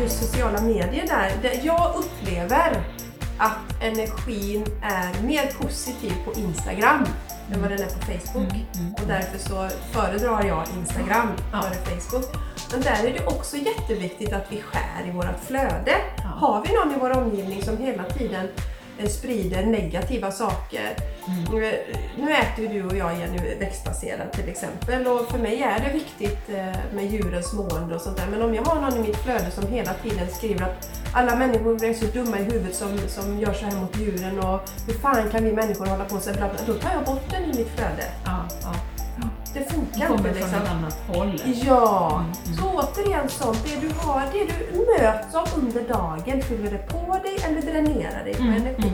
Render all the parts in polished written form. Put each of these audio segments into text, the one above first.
just sociala medier där jag upplever att energin är mer positiv på Instagram än vad den är på Facebook. Och därför så föredrar jag Instagram före Facebook. Men där är det också jätteviktigt att vi skär i vårt flöde. Har vi någon i vår omgivning som hela tiden sprider negativa saker. Nu äter ju du och jag Jenny växtbaserat till exempel, och för mig är det viktigt med djurens mående och sånt där. Men om jag har någon i mitt flöde som hela tiden skriver att alla människor är så dumma i huvudet som gör så här mot djuren, och hur fan kan vi människor hålla på så, då tar jag bort den i mitt flöde. Det funkar inte liksom. Från ett annat håll. Ja, så återigen sånt, det du möts av under dagen, fyller det på dig eller dränerar dig på energi.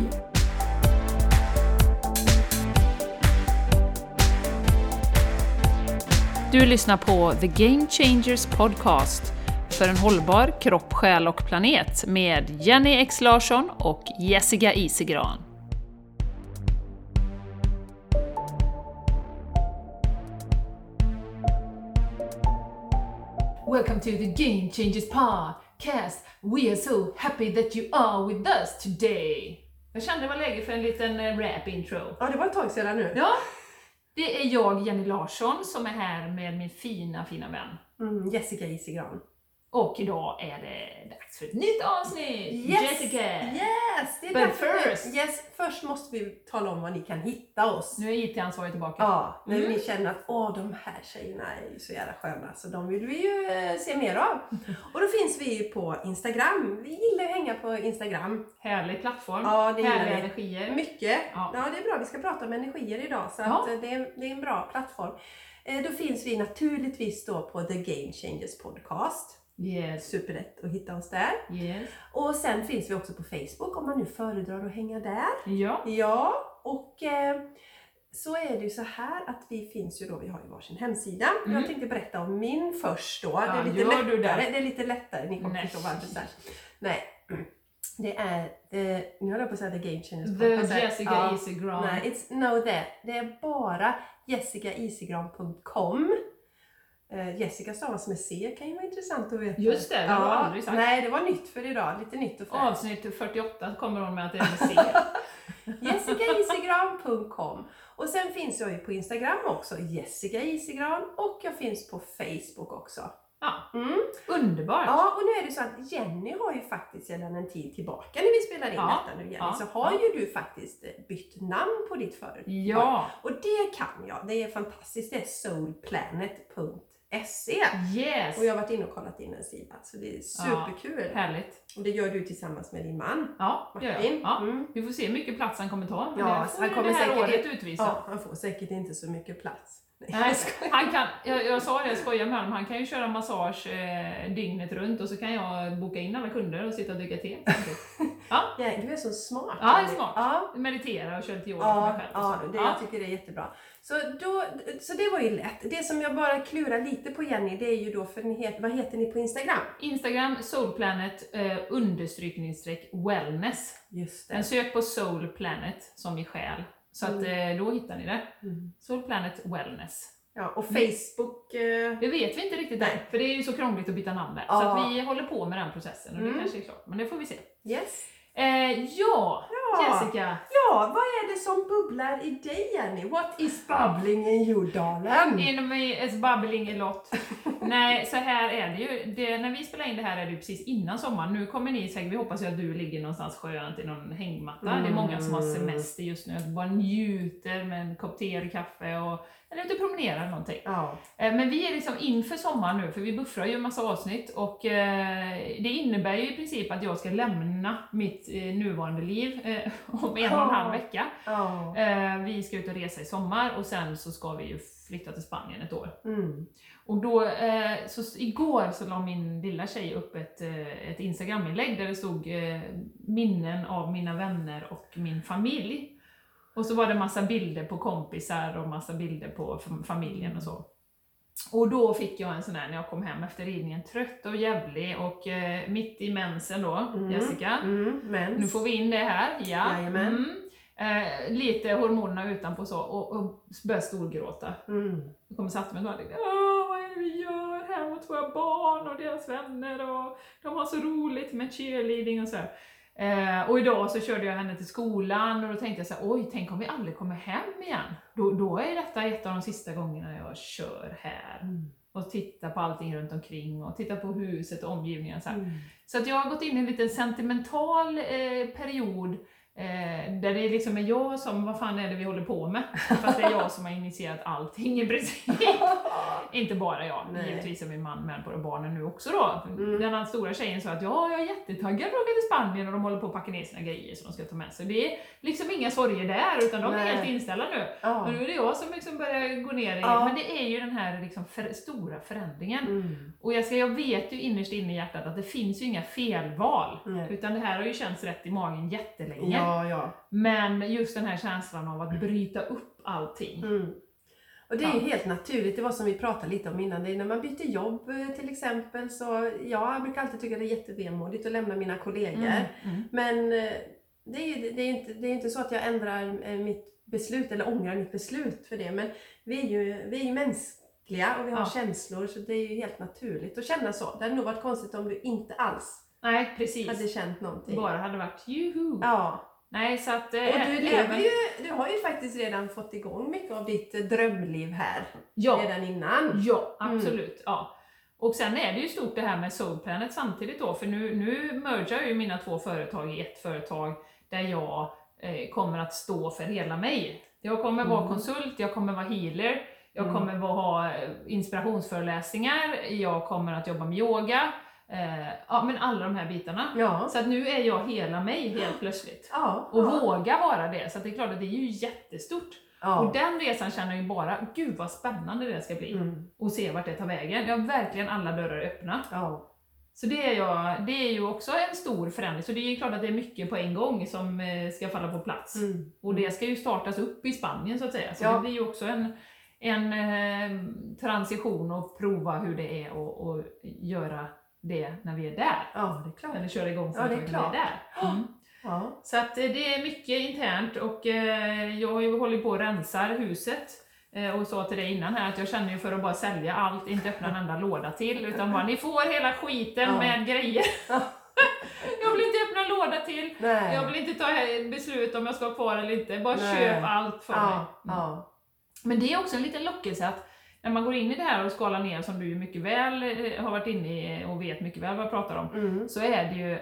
Du lyssnar på The Game Changers Podcast för en hållbar kropp, själ och planet med Jenny X Larsson och Jessica Isigran. Welcome to the Game Changers Podcast. We are so happy that you are with us today. Jag kände det var läge för en liten rap-intro. Ja, det var ett tag sedan nu. Ja, det är jag, Jenny Larsson, som är här med min fina vän. Jessica Isigran. Och idag är det dags för ett nytt avsnitt. Yes! Jessica! Yes! Det är But first! Först måste vi tala om var ni kan hitta oss. Nu är IT-ansvarig tillbaka. Ja, när ni känner att de här tjejerna är ju så jävla sköna, så de vill vi ju se mer av. Och då finns vi på Instagram. Vi gillar att hänga på Instagram. Härlig plattform. Ja, det härliga gillar vi. energier. Mycket. Ja. Ja, det är bra. Vi ska prata om energier idag, så att det är en bra plattform. Då finns vi naturligtvis då på The Game Changers Podcast. Yes. Superlätt att hitta oss där. Yes. Och sen finns vi också på Facebook om man nu föredrar att hänga där. Ja. Ja, och så är det ju så här att vi finns ju då, vi har ju varsin hemsida. Jag tänkte berätta om min först då. Ja, det är lite lättare. Ni kommer förstå varför så här. Nej. Det är, nu har jag på att säga The Game Changers. The Jessica Isigran. Nej, det är bara jessicaisigran.com. Jessica stavas med C, kan ju vara intressant att veta. Just det, det har jag aldrig sagt. Nej, det var nytt för idag, lite nytt och fräscht. Avsnitt 48 kommer hon med att det är med C. jessicaisigran.com. Och sen finns jag ju på Instagram också, Jessica Isigran, och jag finns på Facebook också. Ja, underbart. Ja, och nu är det så att Jenny har ju faktiskt sedan en tid tillbaka när vi spelar in detta nu, Jenny, så har ju du faktiskt bytt namn på ditt företag. Ja. Och det kan jag, det är fantastiskt, det är soulplanet.se. Yes. Och jag har varit inne och kollat in en sida, så det är superkul. Härligt. Och det gör du tillsammans med din man. Ja, Martin. ja. Vi får se hur mycket plats han kommer ta. Ja, han kommer säkert året utvisa. Ja, han får säkert inte så mycket plats. Nej, han kan, jag sa det, jag skojar med honom, han kan ju köra massage dygnet runt och så kan jag boka in alla kunder och sitta och dricka te. Ja, du är så smart. Ja, det är smart. Ja. Meditera och köra lite yoga för mig själv. Jag tycker det är jättebra. Så det var ju lätt. Det som jag bara klurar lite på, Jenny, det är ju då, för vad heter ni på Instagram? Instagram soulplanet _wellness. Just det. En sök på soulplanet som i själ. Så att då hittar ni det. Soulplanet Wellness. Ja, och Facebook... Det vet vi inte riktigt där, för det är ju så krångligt att byta namn där. Så att vi håller på med den processen och det kanske är klart. Men det får vi se. Yes. Jessica. Ja, vad är det som bubblar i dig, Jenny? What is bubbling in you, darling? In me is bubbling a lot. Nej, så här är det ju. När vi spelar in det här är det ju precis innan sommaren. Nu kommer ni säkert, vi hoppas ju att du ligger någonstans skönt i någon hängmatta. Det är många som har semester just nu. Att bara njuter med en kopp te eller kaffe eller ute och promenerar eller någonting. Ja. Men vi är liksom inför sommaren nu, för vi buffrar ju en massa avsnitt. Och det innebär ju i princip att jag ska lämna mitt nuvarande liv om 1,5 vecka. Vi ska ut och resa i sommar och sen så ska vi ju flytta till Spanien ett år. Och då, så igår så la min lilla tjej upp ett Instagram-inlägg där det stod minnen av mina vänner och min familj. Och så var det massa bilder på kompisar och massa bilder på familjen och så. Och då fick jag en sån här när jag kom hem efter ridningen, trött och jävlig och mitt i mensen då, Jessica. Mens. Nu får vi in det här, ja. Lite hormonerna utanpå så och började storgråta. Jag kom och satte mig och tänkte, vad är det vi gör här mot hos våra barn och deras vänner och de har så roligt med cheerleading och så här. Och idag så körde jag henne till skolan och då tänkte jag så här, oj, tänk om vi aldrig kommer hem igen. Då är detta ett av de sista gångerna jag kör här. Och tittar på allting runt omkring och tittar på huset och omgivningen. Så, så att jag har gått in i en liten sentimental period där det liksom är jag som, vad fan är det vi håller på med? Fast det är jag som har initierat allting i princip. Inte bara jag, givetvis är min man med på barnen nu också då. Den här stora tjejen sa att jag är jättetaggad att åka till Spanien och de håller på att packa ner sina grejer som de ska ta med sig. Det är liksom inga sorger där utan de är helt inställda nu. Och nu är det jag som liksom börjar gå ner i men det är ju den här liksom stora förändringen. Och jag vet ju innerst inne i hjärtat att det finns ju inga felval. Utan det här har ju känts rätt i magen jättelänge. Ja. Men just den här känslan av att bryta upp allting. Och det är ju helt naturligt, det var som vi pratade lite om innan, det är när man byter jobb till exempel så jag brukar alltid tycka det är jättevemodigt att lämna mina kollegor. Men det är inte så att jag ändrar mitt beslut eller ångrar mitt beslut för det, men vi är ju mänskliga och vi har känslor så det är ju helt naturligt att känna så. Det hade nog varit konstigt om du inte alls hade känt någonting. Bara hade varit juhu. Ja. Nej, så att, och du har ju faktiskt redan fått igång mycket av ditt drömliv här. Redan innan. Ja, absolut. Ja. Och sen är det ju stort det här med Soul Planet samtidigt då. För nu mergar jag ju mina 2 företag i ett företag där jag kommer att stå för hela mig. Jag kommer vara konsult, jag kommer vara healer, jag kommer ha inspirationsföreläsningar, jag kommer att jobba med yoga. Men alla de här bitarna. Så att nu är jag hela mig helt plötsligt. Och våga vara det. Så att det är klart att det är ju jättestort. Och den resan känner jag ju bara, gud vad spännande det ska bli. Och se vart det tar vägen. Jag har verkligen alla dörrar öppna. Så det är ju också en stor förändring. Så det är ju klart att det är mycket på en gång som ska falla på plats. Och det ska ju startas upp i Spanien så att säga. Så det blir ju också en transition och prova hur det är och göra det när vi är där. Ja, det är klart. Eller köra igång företaget när vi är där. Så att det är mycket internt och jag har ju hållit på och rensar huset och sa till dig innan här att jag känner ju för att bara sälja allt, inte öppna en enda låda till utan bara ni får hela skiten med grejer. Jag vill inte öppna en låda till. Jag vill inte ta beslut om jag ska ha kvar eller inte. Bara köp allt för mig. Men det är också en liten lockelse att när man går in i det här och skalar ner som du ju mycket väl har varit inne i och vet mycket väl vad jag pratar om. Så är det ju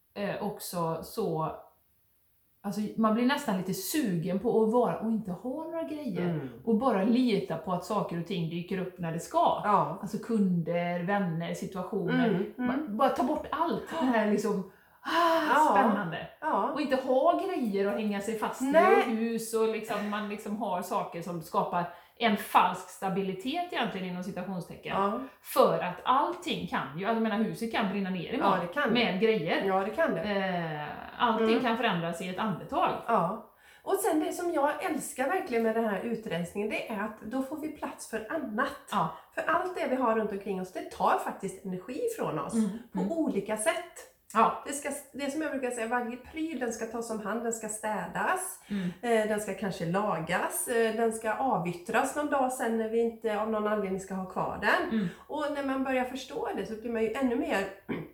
också så, alltså man blir nästan lite sugen på att vara och inte ha några grejer. Och bara lita på att saker och ting dyker upp när det ska. Alltså kunder, vänner, situationer. Bara ta bort allt. Det här liksom spännande. Och inte ha grejer och hänga sig fast i hus och liksom, man liksom har saker som skapar en falsk stabilitet egentligen inom citationstecken. För att allting kan ju, jag menar huset kan brinna ner imorgon med grejer. Ja, det kan det. Allting kan förändras i ett andetag. Och sen det som jag älskar verkligen med den här utrensningen, det är att då får vi plats för annat. För allt det vi har runt omkring oss, det tar faktiskt energi från oss på olika sätt. Det som jag brukar säga, varje pryl den ska tas om hand, den ska städas, den ska kanske lagas, den ska avyttras någon dag sen när vi inte av någon anledning ska ha kvar den. Och när man börjar förstå det så blir man ju ännu mer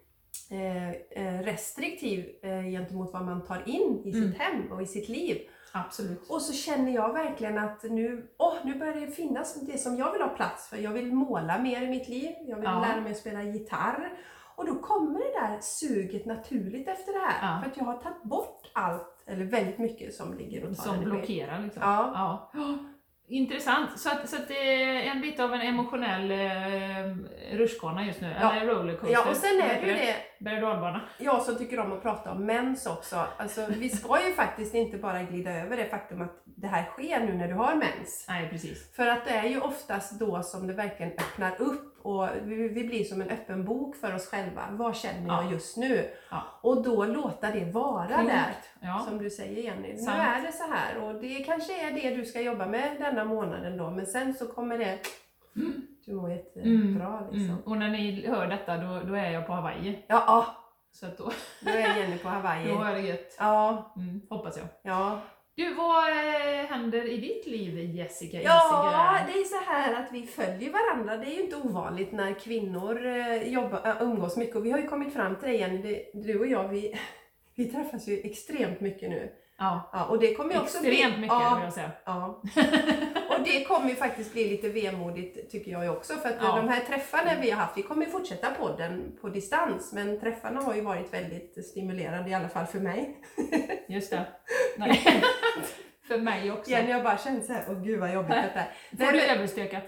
restriktiv gentemot vad man tar in i sitt hem och i sitt liv. Absolut. Och så känner jag verkligen att nu börjar det finnas det som jag vill ha plats för. Jag vill måla mer i mitt liv, jag vill lära mig att spela gitarr. Och då kommer det där suget naturligt efter det här. För att jag har tagit bort allt, eller väldigt mycket som ligger och tar som blockerar liksom. Intressant. Så att det är en bit av en emotionell rutschkana just nu. Eller rollercoaster. Ja, och sen är det ju det. Berg-och-dalbana. Jag som tycker om att prata om mens också. Alltså, vi ska ju faktiskt inte bara glida över det faktum att det här sker nu när du har mens. Nej, precis. För att det är ju oftast då som det verkligen öppnar upp. Och vi blir som en öppen bok för oss själva. Vad känner jag just nu? Och då låta det vara där. Som du säger, Jenny. Nu är det så här. Och det kanske är det du ska jobba med denna månaden då. Men sen så kommer det... Du mår jättebra liksom. Och när ni hör detta då är jag på Hawaii. Ja. Så att då är Jenny på Hawaii. Då är det gött. Ja. Hoppas jag. Ja. Du, vad händer i ditt liv, Jessica? Ja, det är så här att vi följer varandra. Det är ju inte ovanligt när kvinnor umgås mycket. Och vi har ju kommit fram till det igen. Du och jag, vi träffas ju extremt mycket nu. Ja, och det kommer ju också extremt mycket vill jag säga. Ja. Och det kommer ju faktiskt bli lite vemodigt tycker jag också. För att de här träffarna vi har haft, vi kommer ju fortsätta podden på distans. Men träffarna har ju varit väldigt stimulerande, i alla fall för mig. Just det. Nej. För mig också. Jenny har bara känt så här, åh gud vad jobbigt detta är. Får du överstökat?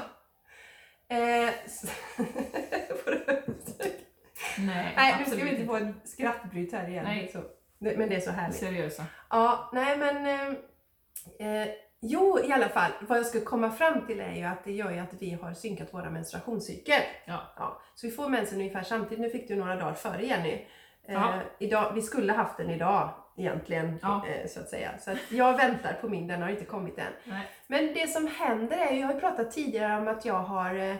Nej, nu ska vi inte få en skrattbryt här igen. Nej. Så. Men det är så härligt. Seriösa. Ja, nej men... jo, i alla fall. Vad jag ska komma fram till är ju att det gör ju att vi har synkat våra menstruationscykel. Ja. Så vi får mensen ungefär samtidigt. Nu fick du några dagar före Jenny. Idag, vi skulle haft den idag egentligen, så att säga. Så att jag väntar på min, den har inte kommit än. Nej. Men det som händer är ju, jag har pratat tidigare om att jag har...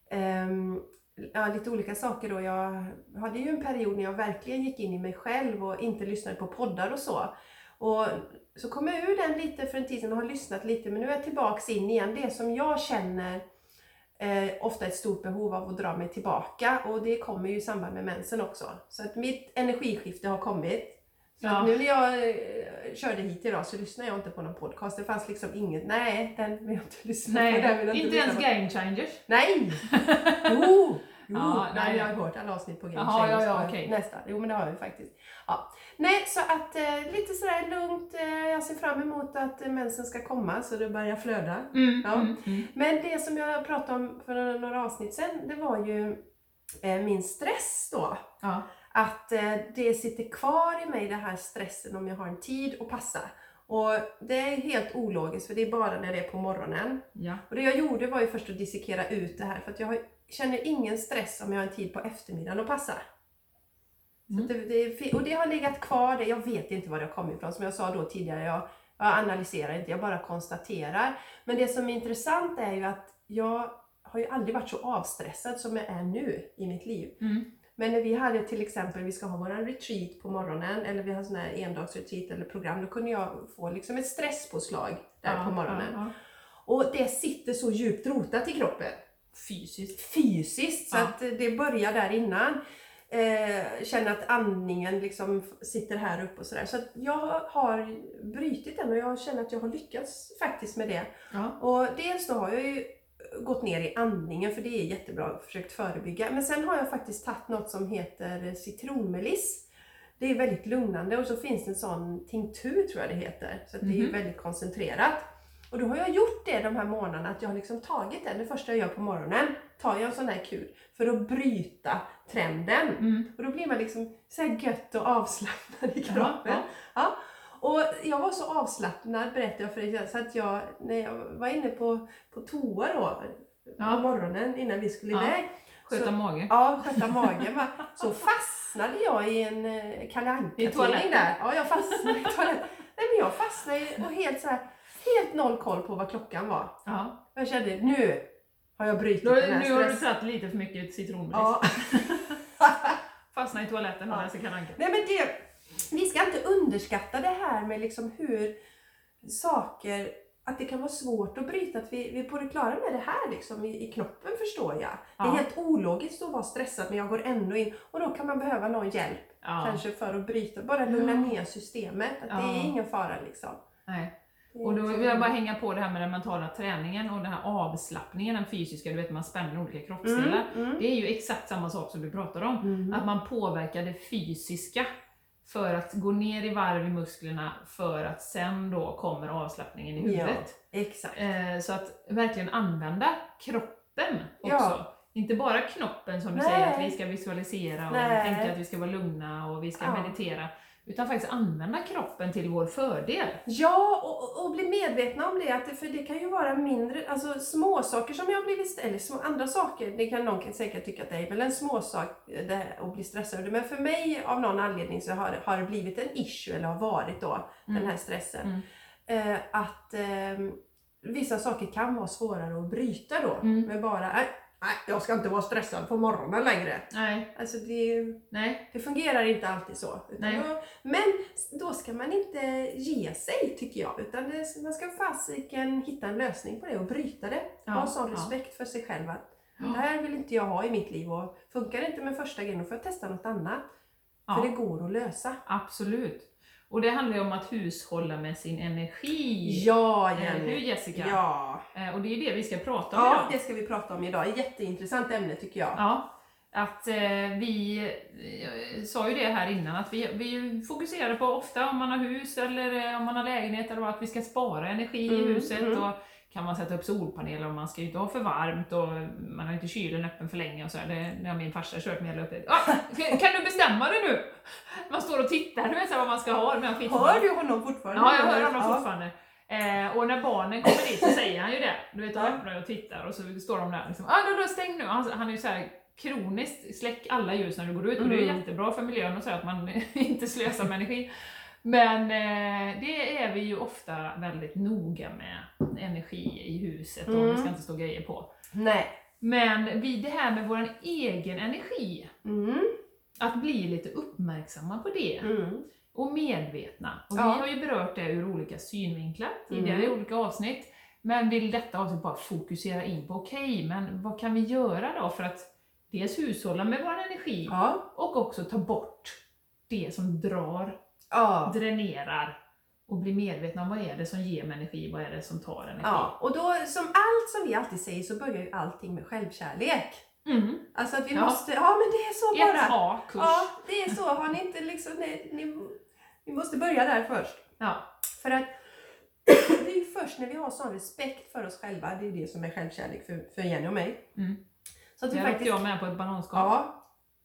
lite olika saker då. Jag hade ju en period när jag verkligen gick in i mig själv och inte lyssnade på poddar och så. Och så kom jag ur den lite för en tid sedan och har lyssnat lite. Men nu är jag tillbaks in igen. Det som jag känner ofta ett stort behov av att dra mig tillbaka. Och det kommer ju i samband med mensen också. Så att mitt energiskifte har kommit. Så att nu när jag körde hit idag så lyssnade jag inte på någon podcast. Det fanns liksom inget. Nej, den vill jag inte lyssna på. Den vill jag inte ens Game Changers. Nej! Jo, nej, jag har hört alla avsnitt på Game Changers. Okay. Nästa. Jo, men det har vi faktiskt. Ja. Nej, så att lite sådär lugnt. Jag ser fram emot att mensen ska komma så det börjar flöda. Men det som jag pratade om för några avsnitt sedan, det var ju min stress då. Ja. Att det sitter kvar i mig, det här stressen om jag har en tid att passa. Och det är helt ologiskt för det är bara när det är på morgonen. Ja. Och det jag gjorde var ju först att dissekera ut det här. För att jag känner ingen stress om jag har en tid på eftermiddagen att passa. Så och det har legat kvar, jag vet inte var det har kommit ifrån. Som jag sa då tidigare, jag analyserar inte, jag bara konstaterar. Men det som är intressant är ju att jag har ju aldrig varit så avstressad som jag är nu i mitt liv. Men när vi hade till exempel, vi ska ha våran retreat på morgonen, eller vi har sån här endagsretreat eller program, då kunde jag få liksom ett stresspåslag där på morgonen. Och det sitter så djupt rotat i kroppen. Fysiskt, så att det börjar där innan. Känner att andningen liksom sitter här uppe och sådär. Så att jag har brytit den och jag känner att jag har lyckats faktiskt med det. Och dels då har jag ju gått ner i andningen för det är jättebra och försökt förebygga. Men sen har jag faktiskt tagit något som heter citronmeliss. Det är väldigt lugnande och så finns det en sån tinktur tror jag det heter. Så att det är väldigt koncentrerat. Och då har jag gjort det de här månaderna att jag har liksom tagit det första jag gör på morgonen. Tar jag en sån här kur för att bryta trenden. Och då blir man liksom så här gött och avslappnad i kroppen. Ja. Och jag var så avslappnad, berättade jag för dig, så att när jag var inne på toa då, på morgonen innan vi skulle iväg. Sköta magen. Ja, sköta magen. Så fastnade jag i en Kalle Anka-tidning där. Ja, jag fastnade i toaletten. Nej, men jag fastnade och helt noll koll på vad klockan var. Ja. Jag kände, nu har jag brutit den här Nu har du satt lite för mycket citronmeliss. Ja. Fastna i toaletten och läser Kalle Anka. Nej, men vi ska inte underskatta det här med liksom hur saker, att det kan vara svårt att bryta, att vi är på det klara med det här liksom i knoppen förstår jag. Det är helt ologiskt att vara stressad men jag går ändå in och då kan man behöva någon hjälp kanske för att bryta, bara lugna ner systemet, att det är ingen fara liksom. Nej. Och då vill jag bara hänga på det här med den mentala träningen och den här avslappningen, den fysiska, du vet man spänner olika kroppsdelar. Det är ju exakt samma sak som du pratar om. Att man påverkar det fysiska för att gå ner i varv i musklerna för att sen då kommer avslappningen i huvudet. Ja, exakt. Så att verkligen använda kroppen också. Ja. Inte bara knoppen som du säger att vi ska visualisera och tänka att vi ska vara lugna och vi ska meditera. Utan faktiskt använda kroppen till vår fördel. Ja, och bli medvetna om det. För det kan ju vara mindre, alltså små saker som jag har blivit, eller andra saker. Det kan någon säkert tycka att det är väl en små sak att bli stressad. Men för mig av någon anledning så har det blivit en issue, eller har varit då, den här stressen. Att vissa saker kan vara svårare att bryta då. Men bara, nej, jag ska inte vara stressad på morgonen längre. Nej. Alltså det fungerar inte alltid så. Men då ska man inte ge sig, tycker jag. Utan man ska fasiken hitta en lösning på det och bryta det. Ha sån respekt för sig själv att det här vill inte jag ha i mitt liv. Och funkar det inte med första grejen, då får jag testa något annat. För det går att lösa. Absolut. Och det handlar ju om att hushålla med sin energi. Ja, Jenny. Hur, Jessica? Ja. Och det är det vi ska prata om idag. Ja, det ska vi prata om idag. Ett jätteintressant ämne, tycker jag. Ja. Att vi sa ju det här innan, att vi fokuserar på ofta om man har hus eller om man har lägenhet eller att vi ska spara energi i huset. Och kan man sätta upp solpaneler och man ska ju inte ha för varmt och man har inte kylen öppen för länge och så. Det har min farsa kört med uppe. Kan du bestämma det nu? Man står och tittar, du vet vad man ska ha. Hör du honom fortfarande? Ja, jag hör honom fortfarande. Och när barnen kommer dit så säger han ju det. Du vet, de öppnar och tittar och så står de där liksom, då stäng nu. Han är ju så här kroniskt, släck alla ljus när du går ut. Och det är jättebra för miljön och så att man inte slösar med energi. Men det är vi ju ofta väldigt noga med, energi i huset och det ska inte stå grejer på. Nej. Men det här med vår egen energi, att bli lite uppmärksamma på det och medvetna. Och vi har ju berört det ur olika synvinklar tidigare i olika avsnitt. Men vill detta avsnitt bara fokusera in på men vad kan vi göra då för att dels hushålla med vår energi och också ta bort det som dränerar och bli medvetna om vad är det som ger mig energi, vad är det som tar energi. Ja, och då som allt som vi alltid säger så börjar ju allting med självkärlek. Alltså att vi måste, men det är så bara. Ett A-kurs. Ja, det är så. Har ni inte liksom, ni måste börja där först. Ja. För att det är ju först när vi har sån respekt för oss själva, det är det som är självkärlek för Jenny och mig. Så att vi faktiskt jag med på ett bananskal. Ja.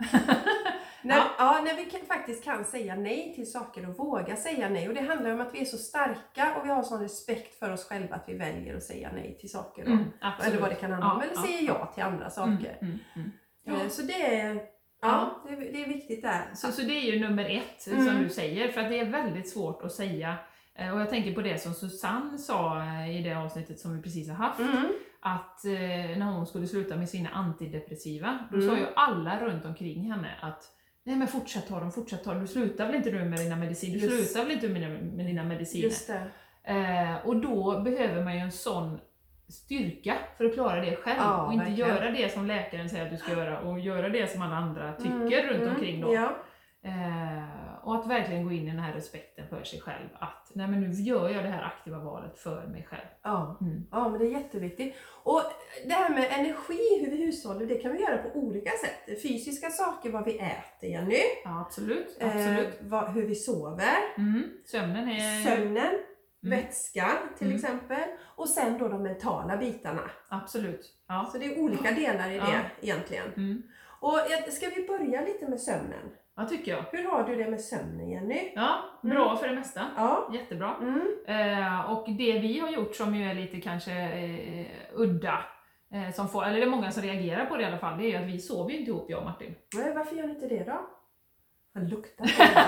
När vi faktiskt kan säga nej till saker och våga säga nej. Och det handlar om att vi är så starka och vi har sån respekt för oss själva att vi väljer att säga nej till saker. Eller vad det kan handla om. Eller säger ja till andra saker. Så det är viktigt där. Så det är ju nummer 1 som du säger. För att det är väldigt svårt att säga. Och jag tänker på det som Susanne sa i det avsnittet som vi precis har haft. Att när hon skulle sluta med sina antidepressiva. Då sa ju alla runt omkring henne att nej men fortsätt ta dem. Du slutar väl inte nu med dina mediciner? Du slutar väl inte med dina mediciner? Just det. Och då behöver man ju en sån styrka för att klara det själv. Och inte göra det som läkaren säger att du ska göra. Och göra det som alla andra tycker runt omkring då. Ja. Och att verkligen gå in i den här respekten för sig själv. Att nej men nu gör jag det här aktiva valet för mig själv. Ja, men det är jätteviktigt. Och det här med energi, hur vi hushåller, det kan vi göra på olika sätt. Fysiska saker, vad vi äter, Jenny. Ja, absolut. Hur vi sover. Sömnen. Vätska till exempel. Och sen då de mentala bitarna. Absolut. Ja. Så det är olika delar i det egentligen. Och ska vi börja lite med sömnen? Ja, tycker jag. Hur har du det med sömnen, Jenny? Ja, bra för det mesta. Ja. Jättebra. Och det vi har gjort som ju är lite kanske udda, eller det är många som reagerar på det i alla fall, det är ju att vi sover ju inte ihop, jag och Martin. Nej, varför gör ni inte det då? Vad luktar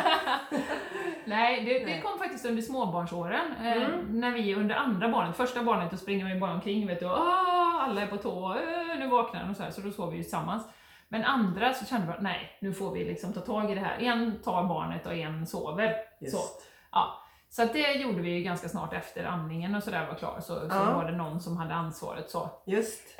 Nej, det kom faktiskt under småbarnsåren. När vi under andra barnet, första barnet, då springer vi bara omkring, vet du, alla är på tå, nu vaknar den och så då sover vi ju tillsammans. Men andra så kände vi att nej, nu får vi liksom ta tag i det här. En tar barnet och en sover. Så att det gjorde vi ju ganska snart efter amningen och sådär var klar. Så var det någon som hade ansvaret så. Just.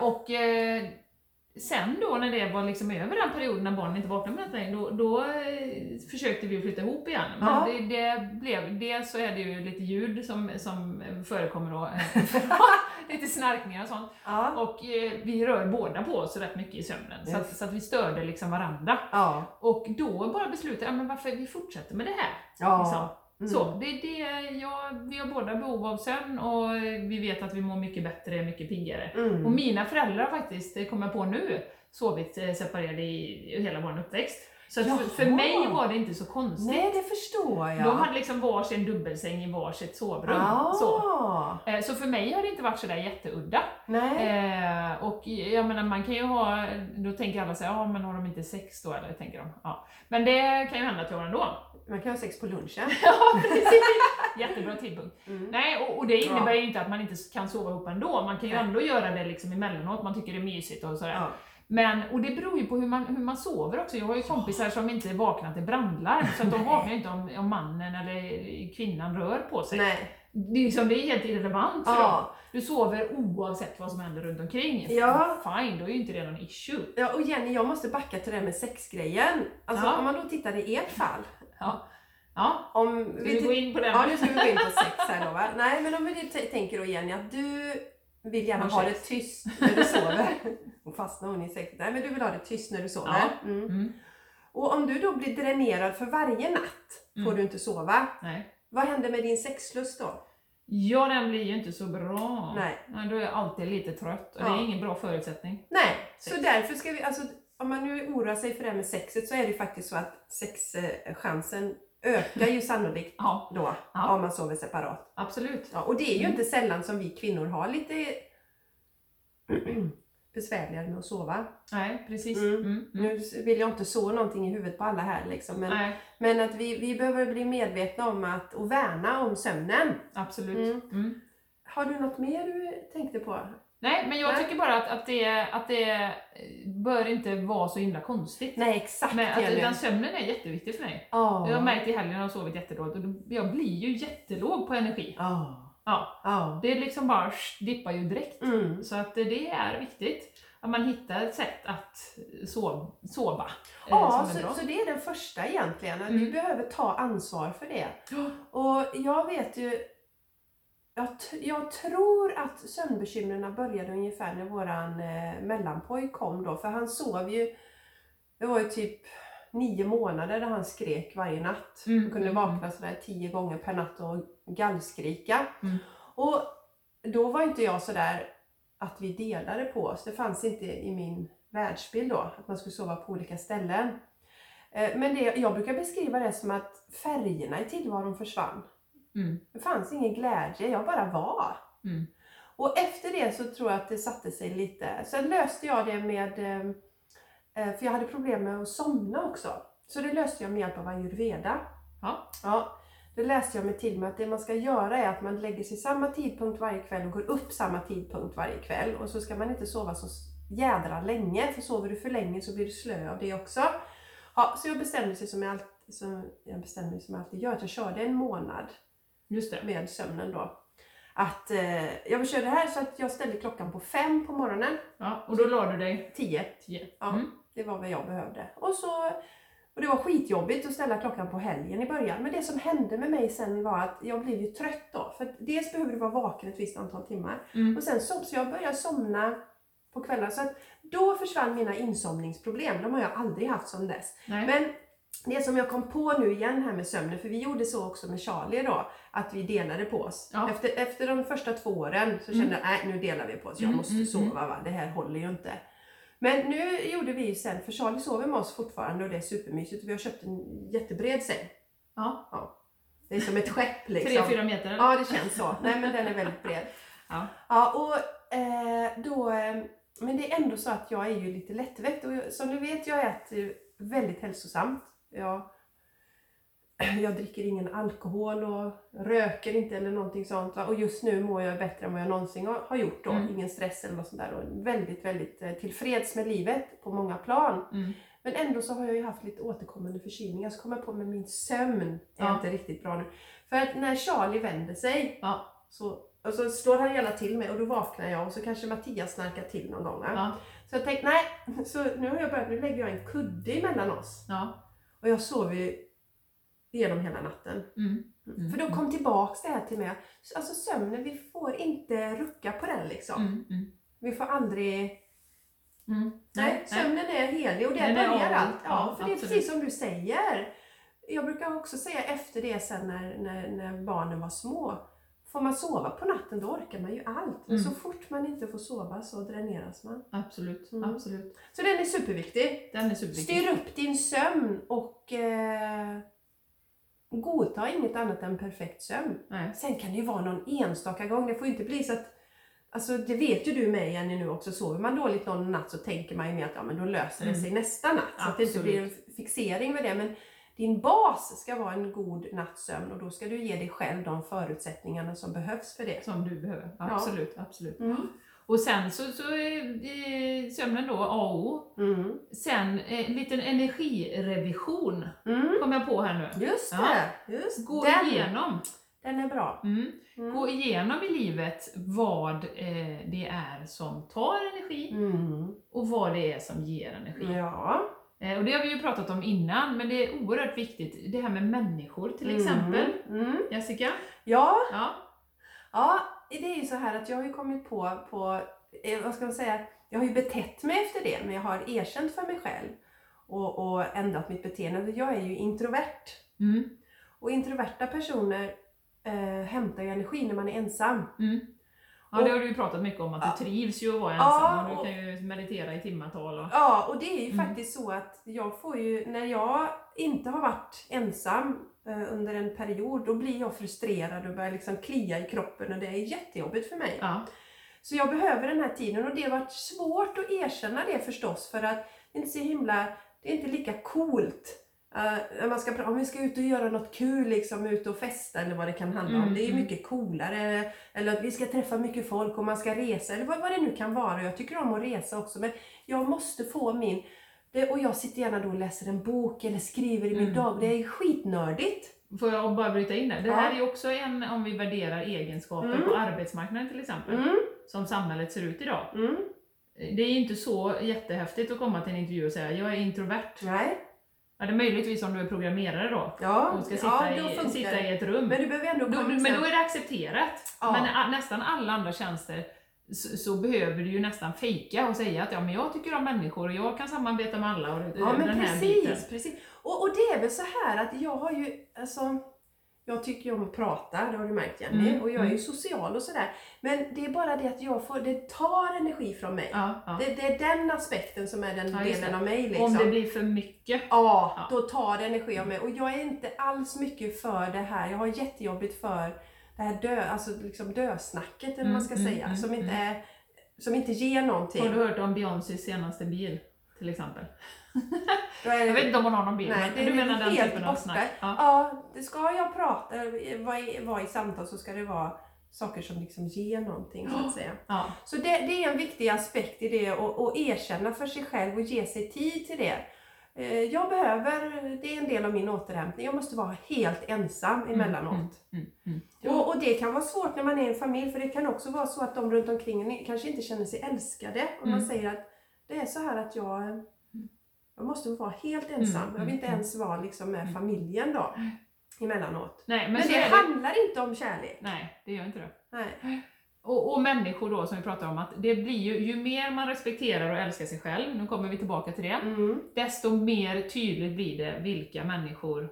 Sen då när det var liksom över den perioden när barnen inte vaknade med någonting, då försökte vi flytta ihop igen. Men det blev, dels så är det ju lite ljud som förekommer då. Lite snarkningar och sånt. Och vi rör båda på oss rätt mycket i sömnen. Så att vi störde liksom varandra. Och då bara beslutade men varför vi fortsätter med det här. Liksom. Så vi har båda behov av sömn och vi vet att vi mår mycket bättre, mycket piggare. Och mina föräldrar faktiskt, det kommer jag på nu, sovit separerade i hela vår uppväxt. Så för mig var det inte så konstigt. Nej, det förstår jag. De hade liksom varsin dubbelsäng i varsitt sovrum. Så för mig har det inte varit så där jätteudda. Nej. Och jag menar, man kan ju ha, då tänker alla så här, men har de inte sex då? Eller tänker de, Men det kan ju hända att jag har ändå. Man kan ha sex på lunchen. Ja, precis. Jättebra tidpunkt. Nej, och det innebär ju inte att man inte kan sova ihop ändå. Man kan ju ändå göra det liksom emellanåt, man tycker det är mysigt och sådär. Men, och det beror ju på hur man sover också. Jag har ju kompisar som inte vaknar till brandlarm, så att de vaknar inte om mannen eller kvinnan rör på sig. Nej. Det är helt irrelevant för dem. Du sover oavsett vad som händer runt omkring. Ja. Fine, då är ju inte det någon issue. Ja, och Jenny, jag måste backa till det med sexgrejen. Alltså om man då tittar i ert fall. Ja. Ska vi gå in på det? Ja, nu ska vi gå in på sex här då, va? Nej, men om vi tänker då Jenny att du vill gärna ha det tyst när du sover. Och fastnar hon i sex. Nej, men du vill ha det tyst när du sover. Och om du då blir dränerad för varje natt får du inte sova. Nej. Vad händer med din sexlust då? Ja, den blir ju inte så bra. Nej. Då är jag alltid lite trött och det är ingen bra förutsättning. Nej, så därför ska vi, alltså om man nu oroar sig för det här med sexet så är det ju faktiskt så att sexchansen ökar ju sannolikt då om man sover separat. Absolut. Ja, och det är ju inte sällan som vi kvinnor har lite besvärligare med att sova. Nej, precis. Nu vill jag inte så någonting i huvudet på alla här liksom, men att vi behöver bli medvetna om att och värna om sömnen. Absolut. Har du något mer du tänkte på? Nej, men jag tycker bara att det bör inte vara så himla konstigt. Nej, exakt. Men att den sömnen är jätteviktig för mig. Jag har märkt i helgen när jag har sovit jättedåligt och jag blir ju jättelåg på energi. Det är liksom bara dippar ju direkt. Så att det är viktigt att man hittar ett sätt att sova. Så det är den första egentligen. Att vi behöver ta ansvar för det. Och jag vet ju, jag tror att sömnbekymren började ungefär när våran mellanpojk kom då. För han sov ju, det var ju typ 9 månader där han skrek varje natt. Han kunde vakna sådär 10 gånger per natt och gallskrika. Och då var inte jag sådär att vi delade på oss. Det fanns inte i min världsbild då, att man skulle sova på olika ställen. Men jag brukar beskriva det som att färgerna i tillvaron försvann. Det fanns ingen glädje, jag bara var. Och efter det så tror jag att det satte sig lite. Sen löste jag det med, för jag hade problem med att somna också. Så det löste jag med hjälp av ayurveda. Det läste jag mig till med att det man ska göra är att man lägger sig samma tidpunkt varje kväll och går upp samma tidpunkt varje kväll. Och så ska man inte sova så jädra länge, för sover du för länge så blir du slö av det också. Så jag bestämde mig som jag alltid gör, att jag körde en månad. Just det. Med sömnen då. Att jag vill köra det här så att jag ställde klockan på 5 på morgonen. Och då la du dig? 10. Det var vad jag behövde. Och det var skitjobbigt att ställa klockan på helgen i början. Men det som hände med mig sen var att jag blev ju trött då. För dels behöver du vara vaken ett visst antal timmar. Och sen så jag började somna på kvällen. Så att då försvann mina insomningsproblem. De har jag aldrig haft som dess. Nej. Men det som jag kom på nu igen här med sömnen, för vi gjorde så också med Charlie då, att vi delade på oss. Efter de första 2 åren så kände jag, nu delar vi på oss, jag måste sova, va? Det här håller ju inte. Men nu gjorde vi sen, för Charlie sover med oss fortfarande och det är supermysigt. Vi har köpt en jättebred säng. Det är som ett skepp liksom. 3-4 meter eller? Ja, det känns så. Nej, men den är väldigt bred. Men det är ändå så att jag är ju lite lättväckt. Och som du vet, jag äter väldigt hälsosamt. Jag dricker ingen alkohol och röker inte eller någonting sånt. Och just nu mår jag bättre än vad jag någonsin har gjort då. Ingen stress eller något sånt där. Och väldigt, väldigt tillfreds med livet på många plan. Men ändå så har jag ju haft lite återkommande förkylningar. Så kommer jag på med min sömn är inte riktigt bra nu. För att när Charlie vänder sig och så slår han gärna till mig och då vaknar jag. Och så kanske Mattias snarkar till någon gång. Så jag tänkte, så nu lägger jag en kudde emellan oss. Och jag sover ju genom hela natten. För då kom tillbaks det här till mig. Alltså sömnen, vi får inte rucka på den liksom. Vi får aldrig... Nej, sömnen är helig och det börjar allt. För det är precis som du säger. Jag brukar också säga efter det sen när barnen var små. Får man sova på natten då orkar man ju allt. Men så fort man inte får sova så dräneras man. Absolut. Så den är superviktig. Styr upp din sömn och godta inget annat än perfekt sömn. Sen kan det ju vara någon enstaka gång. Det får inte bli så att, alltså det vet ju du med Jenny nu också, sover man dåligt någon natt så tänker man ju med att men då löser det sig nästa natt. Så att det inte blir en fixering med det. Men din bas ska vara en god nattsömn och då ska du ge dig själv de förutsättningarna som behövs för det. Som du behöver, absolut. Absolut. Och sen så är sömnen då A och O. Sen en liten energirevision kom jag på här nu. Just det, Gå igenom. Den är bra. Gå igenom i livet vad det är som tar energi och vad det är som ger energi. Ja. Och det har vi ju pratat om innan, men det är oerhört viktigt. Det här med människor till exempel. Jessica? Ja, det är ju så här att jag har ju kommit på vad ska man säga, jag har ju betett mig efter det, men jag har erkänt för mig själv och ändrat mitt beteende. Jag är ju introvert. Och introverta personer hämtar ju energi när man är ensam. Ja, det har du ju pratat mycket om, att du trivs ju att vara ensam och du kan ju meditera i timmatal. Ja, och det är ju faktiskt så att jag får ju, när jag inte har varit ensam under en period, då blir jag frustrerad och börjar liksom klia i kroppen och det är jättejobbigt för mig. Ja. Så jag behöver den här tiden och det har varit svårt att erkänna det förstås, för att det är inte så himla, det är inte lika coolt. Om vi ska ut och göra något kul, liksom ut och festa eller vad det kan handla om. Det är mycket coolare. Eller att vi ska träffa mycket folk och man ska resa eller vad det nu kan vara. Jag tycker om att resa också, men jag måste få och jag sitter gärna då och läser en bok eller skriver i min dag. Det är skitnördigt. Får jag bara bryta in det? Det här är ju också om vi värderar egenskaper på arbetsmarknaden till exempel. Som samhället ser ut idag. Det är ju inte så jättehäftigt att komma till en intervju och säga jag är introvert. Nej. Ja, det är möjligtvis om du är programmerare då. Ja, och ska sitta i ett rum. Men du behöver ändå men då är det accepterat. Ja. Men nästan alla andra tjänster så behöver du ju nästan fejka och säga att men jag tycker om människor och jag kan samarbeta med alla. Och men den här biten. Precis. Och det är väl så här att jag har ju, jag tycker ju om att prata, det har du märkt Jenny, och jag är ju social och sådär. Men det är bara det att det tar energi från mig. Ja. Det är den aspekten som är den delen av mig. Liksom. Om det blir för mycket. Ja, då tar det energi av mig. Och jag är inte alls mycket för det här. Jag har jättejobbigt för det här dösnacket, eller man ska säga. Som inte ger någonting. Har du hört om Beyoncés senaste bil till exempel? Jag vet inte om hon har någon bil, men du menar den typen av snack. Ja, det ska jag prata, vara i samtal, så ska det vara saker som liksom ger någonting, så att säga. Ja. Så det är en viktig aspekt i det, att erkänna för sig själv och ge sig tid till det. Det är en del av min återhämtning. Jag måste vara helt ensam emellanåt. Och det kan vara svårt när man är en familj, för det kan också vara så att de runt omkring kanske inte känner sig älskade. Och man säger att det är så här att jag måste vara helt ensam. Jag vill inte ens vara liksom med familjen då. Emellanåt. Nej, men det handlar inte om kärlek. Nej, det gör inte det. Nej. Och människor då, som vi pratar om, att det blir ju mer man respekterar och älskar sig själv, nu kommer vi tillbaka till det, desto mer tydligt blir det vilka människor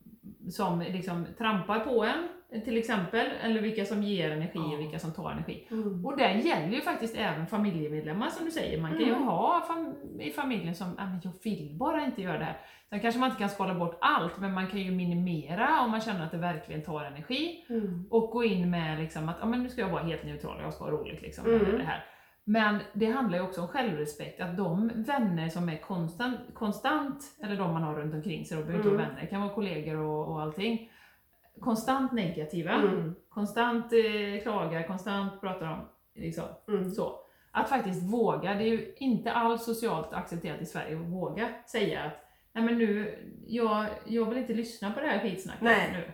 som liksom trampar på en till exempel, eller vilka som ger energi och vilka som tar energi. Och det gäller ju faktiskt även familjemedlemmar, som du säger. Man kan ju ha i familjen som, men jag vill bara inte göra det här. Sen kanske man inte kan skala bort allt, men man kan ju minimera om man känner att det verkligen tar energi. Och gå in med liksom att men nu ska jag vara helt neutral och jag ska ha roligt liksom, det här. Men det handlar ju också om självrespekt, att de vänner som är konstant, eller de man har runt omkring sig, då behöver inte vara vänner, det kan vara kollegor och allting, konstant negativa, konstant klagar, konstant pratar om liksom, så. Att faktiskt våga, det är ju inte alls socialt accepterat i Sverige att våga säga att nej men nu, jag vill inte lyssna på det här skitsnacket nu.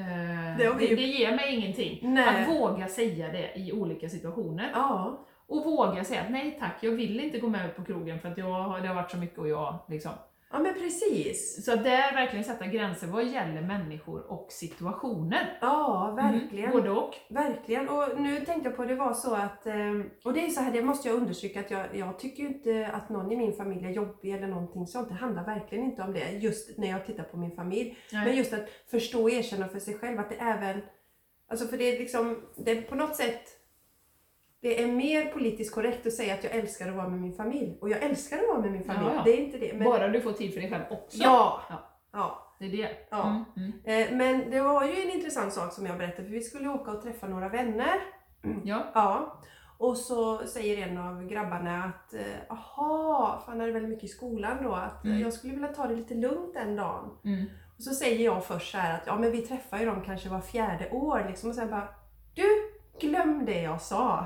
Det ger mig ingenting. Nej. Att våga säga det i olika situationer. Ja. Och våga säga att nej tack, jag vill inte gå med ut på krogen för att det har varit så mycket och jag liksom. Ja, men precis. Så där verkligen sätta gränser vad gäller människor och situationer. Ja, verkligen. Både och. Verkligen. Och nu tänkte jag på, det var så att, och det är så här, det måste jag understryka, att jag tycker ju inte att någon i min familj är jobbig eller någonting sånt. Det handlar verkligen inte om det, just när jag tittar på min familj. Nej. Men just att förstå och erkänna för sig själv att det även, alltså för det är liksom, det är på något sätt, det är mer politiskt korrekt att säga att jag älskar att vara med min familj. Och jag älskar att vara med min familj. Ja. Det är inte det. Men bara du får tid för dig själv också. Ja. Det är det. Ja. Men det var ju en intressant sak som jag berättade. För vi skulle åka och träffa några vänner. Ja. Och så säger en av grabbarna att för han hade väldigt mycket i skolan då. Att jag skulle vilja ta det lite lugnt den dagen. Och så säger jag först så här att men vi träffar ju dem kanske var 4:e år liksom. Och sen bara, du, glöm det jag sa.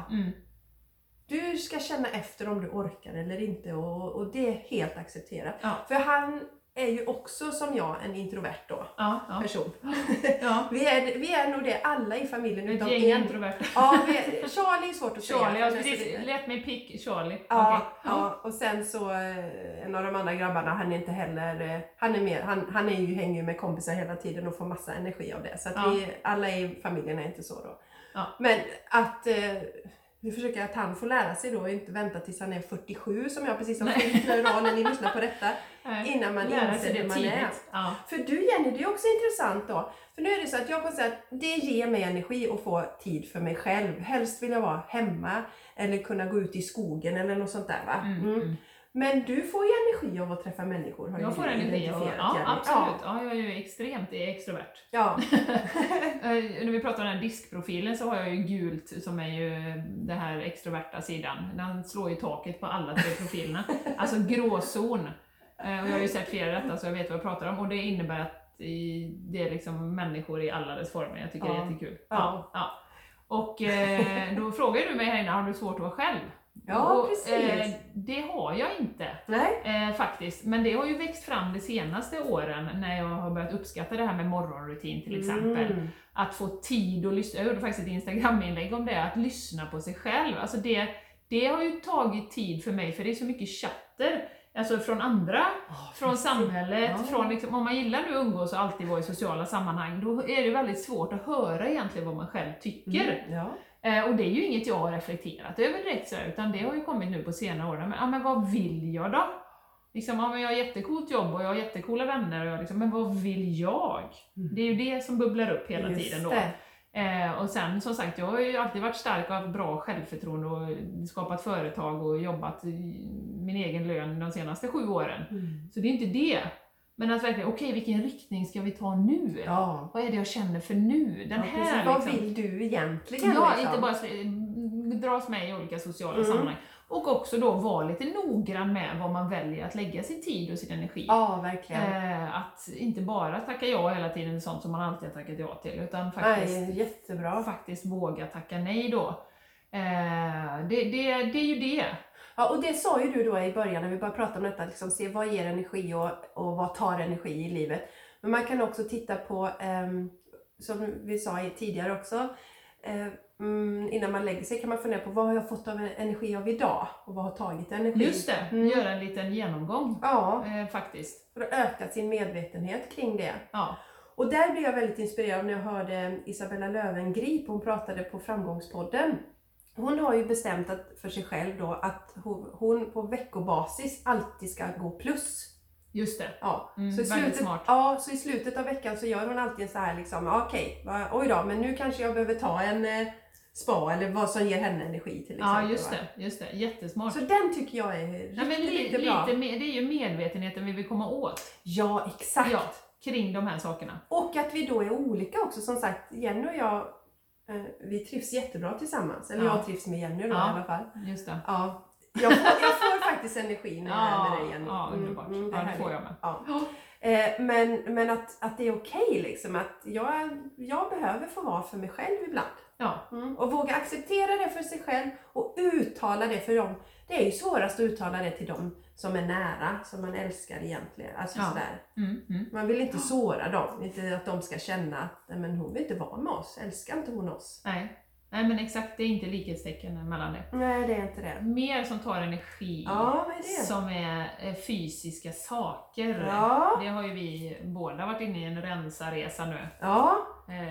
Du ska känna efter om du orkar eller inte, och det är helt accepterat. Ja. För han är ju också som jag en introvert då, person. Ja. vi är nog det alla i familjen. Ett gäng introverta. Ja, Charlie är svårt att säga. Charlie, precis. Let me pick Charlie. Ja, okay. Ja, och sen så en av de andra grabbarna, han är inte heller, han är ju, hänger ju med kompisar hela tiden och får massa energi av det. Så att alla i familjen är inte så då. Ja. Men att vi försöker att han får lära sig då och inte vänta tills han är 47 som jag precis har skrivit idag när ni lyssnar på detta. Innan man inser hur man är. Ja. För du Jenny, det är också intressant då. För nu är det så att jag kan säga att det ger mig energi att få tid för mig själv. Helst vill jag vara hemma eller kunna gå ut i skogen eller något sånt där va. Men du får ju energi av att träffa människor. Har jag får energi av absolut. Ja, jag är ju extremt extrovert. Ja. När vi pratar om den här diskprofilen så har jag ju gult som är ju den här extroverta sidan. Den slår ju taket på alla 3 profilerna. Alltså gråzon. Och jag har ju sett flera detta så jag vet vad jag pratar om. Och det innebär att det är liksom människor i alla dess former. Jag tycker det är jättekul. Ja. Och då frågar du mig här inne, har du svårt att vara själv? Ja, precis. Det har jag inte. Nej. Faktiskt. Men det har ju växt fram de senaste åren när jag har börjat uppskatta det här med morgonrutin till exempel. Att få tid att lyssna. Jag gjorde faktiskt ett Instagram-inlägg om det. Att lyssna på sig själv. Alltså det har ju tagit tid för mig för det är så mycket chatter. Alltså från andra, från samhället, från liksom, om man gillar nu umgås och alltid vara i sociala sammanhang, då är det väldigt svårt att höra egentligen vad man själv tycker. Och det är ju inget jag har reflekterat över direkt så, utan det har ju kommit nu på senare år. Men vad vill jag då? Liksom, jag har jättecoolt jobb och jag har jättecoola vänner. Och jag liksom, men vad vill jag? Det är ju det som bubblar upp hela tiden då. Och sen som sagt, jag har ju alltid varit stark och haft bra självförtroende och skapat företag och jobbat min egen lön de senaste 7 åren. Så det är inte det. Men att verkligen, okej, vilken riktning ska vi ta nu? Ja. Vad är det jag känner för nu? Den här, precis, vad vill du egentligen? Ja, inte bara dras med i olika sociala sammanhang. Och också då vara lite noggrann med vad man väljer att lägga sin tid och sin energi. Ja, verkligen. Att inte bara tacka ja hela tiden till sånt som man alltid har tackat ja till. Utan faktiskt, jättebra. Faktiskt våga tacka nej då. Det är ju det. Ja, och det sa ju du då i början när vi började prata om detta, liksom se vad ger energi och vad tar energi i livet. Men man kan också titta på, som vi sa tidigare också, innan man lägger sig kan man fundera på vad har jag fått av energi av idag och vad har tagit energi. Just det, göra en liten genomgång faktiskt. För att öka sin medvetenhet kring det. Ja. Och där blev jag väldigt inspirerad när jag hörde Isabella Löwengrip, hon pratade på Framgångspodden. Hon har ju bestämt för sig själv då att hon på veckobasis alltid ska gå plus. Just det. Ja. Väldigt smart. Ja, så i slutet av veckan så gör hon alltid så här liksom, oj då, men nu kanske jag behöver ta en spa eller vad som ger henne energi till exempel. Ja, just det. Jättesmart. Så den tycker jag är riktigt bra. Det är ju medvetenheten vi vill komma åt. Ja, exakt. Ja, kring de här sakerna. Och att vi då är olika också. Som sagt, Jenny och jag, vi trivs jättebra tillsammans. Eller jag trivs med Jenny då i alla fall. Just det. Ja. Jag får faktiskt energi när jag är med dig, Jenny. Ja, underbart. Det får jag med. Ja. Men att det är okej liksom. Att jag behöver få vara för mig själv ibland. Ja. Och våga acceptera det för sig själv och uttala det för dem. Det är ju svårast att uttala det till dem som är nära, som man älskar egentligen. Alltså sådär. Man vill inte såra dem, inte att de ska känna att men hon vill inte vara med oss, älskar inte hon oss. Nej, men exakt, det är inte likhetstecken mellan det. Nej, det är inte det. Mer som tar energi, vad är det? Som är fysiska saker. Ja. Det har ju vi båda varit inne i en rensaresa nu. Ja,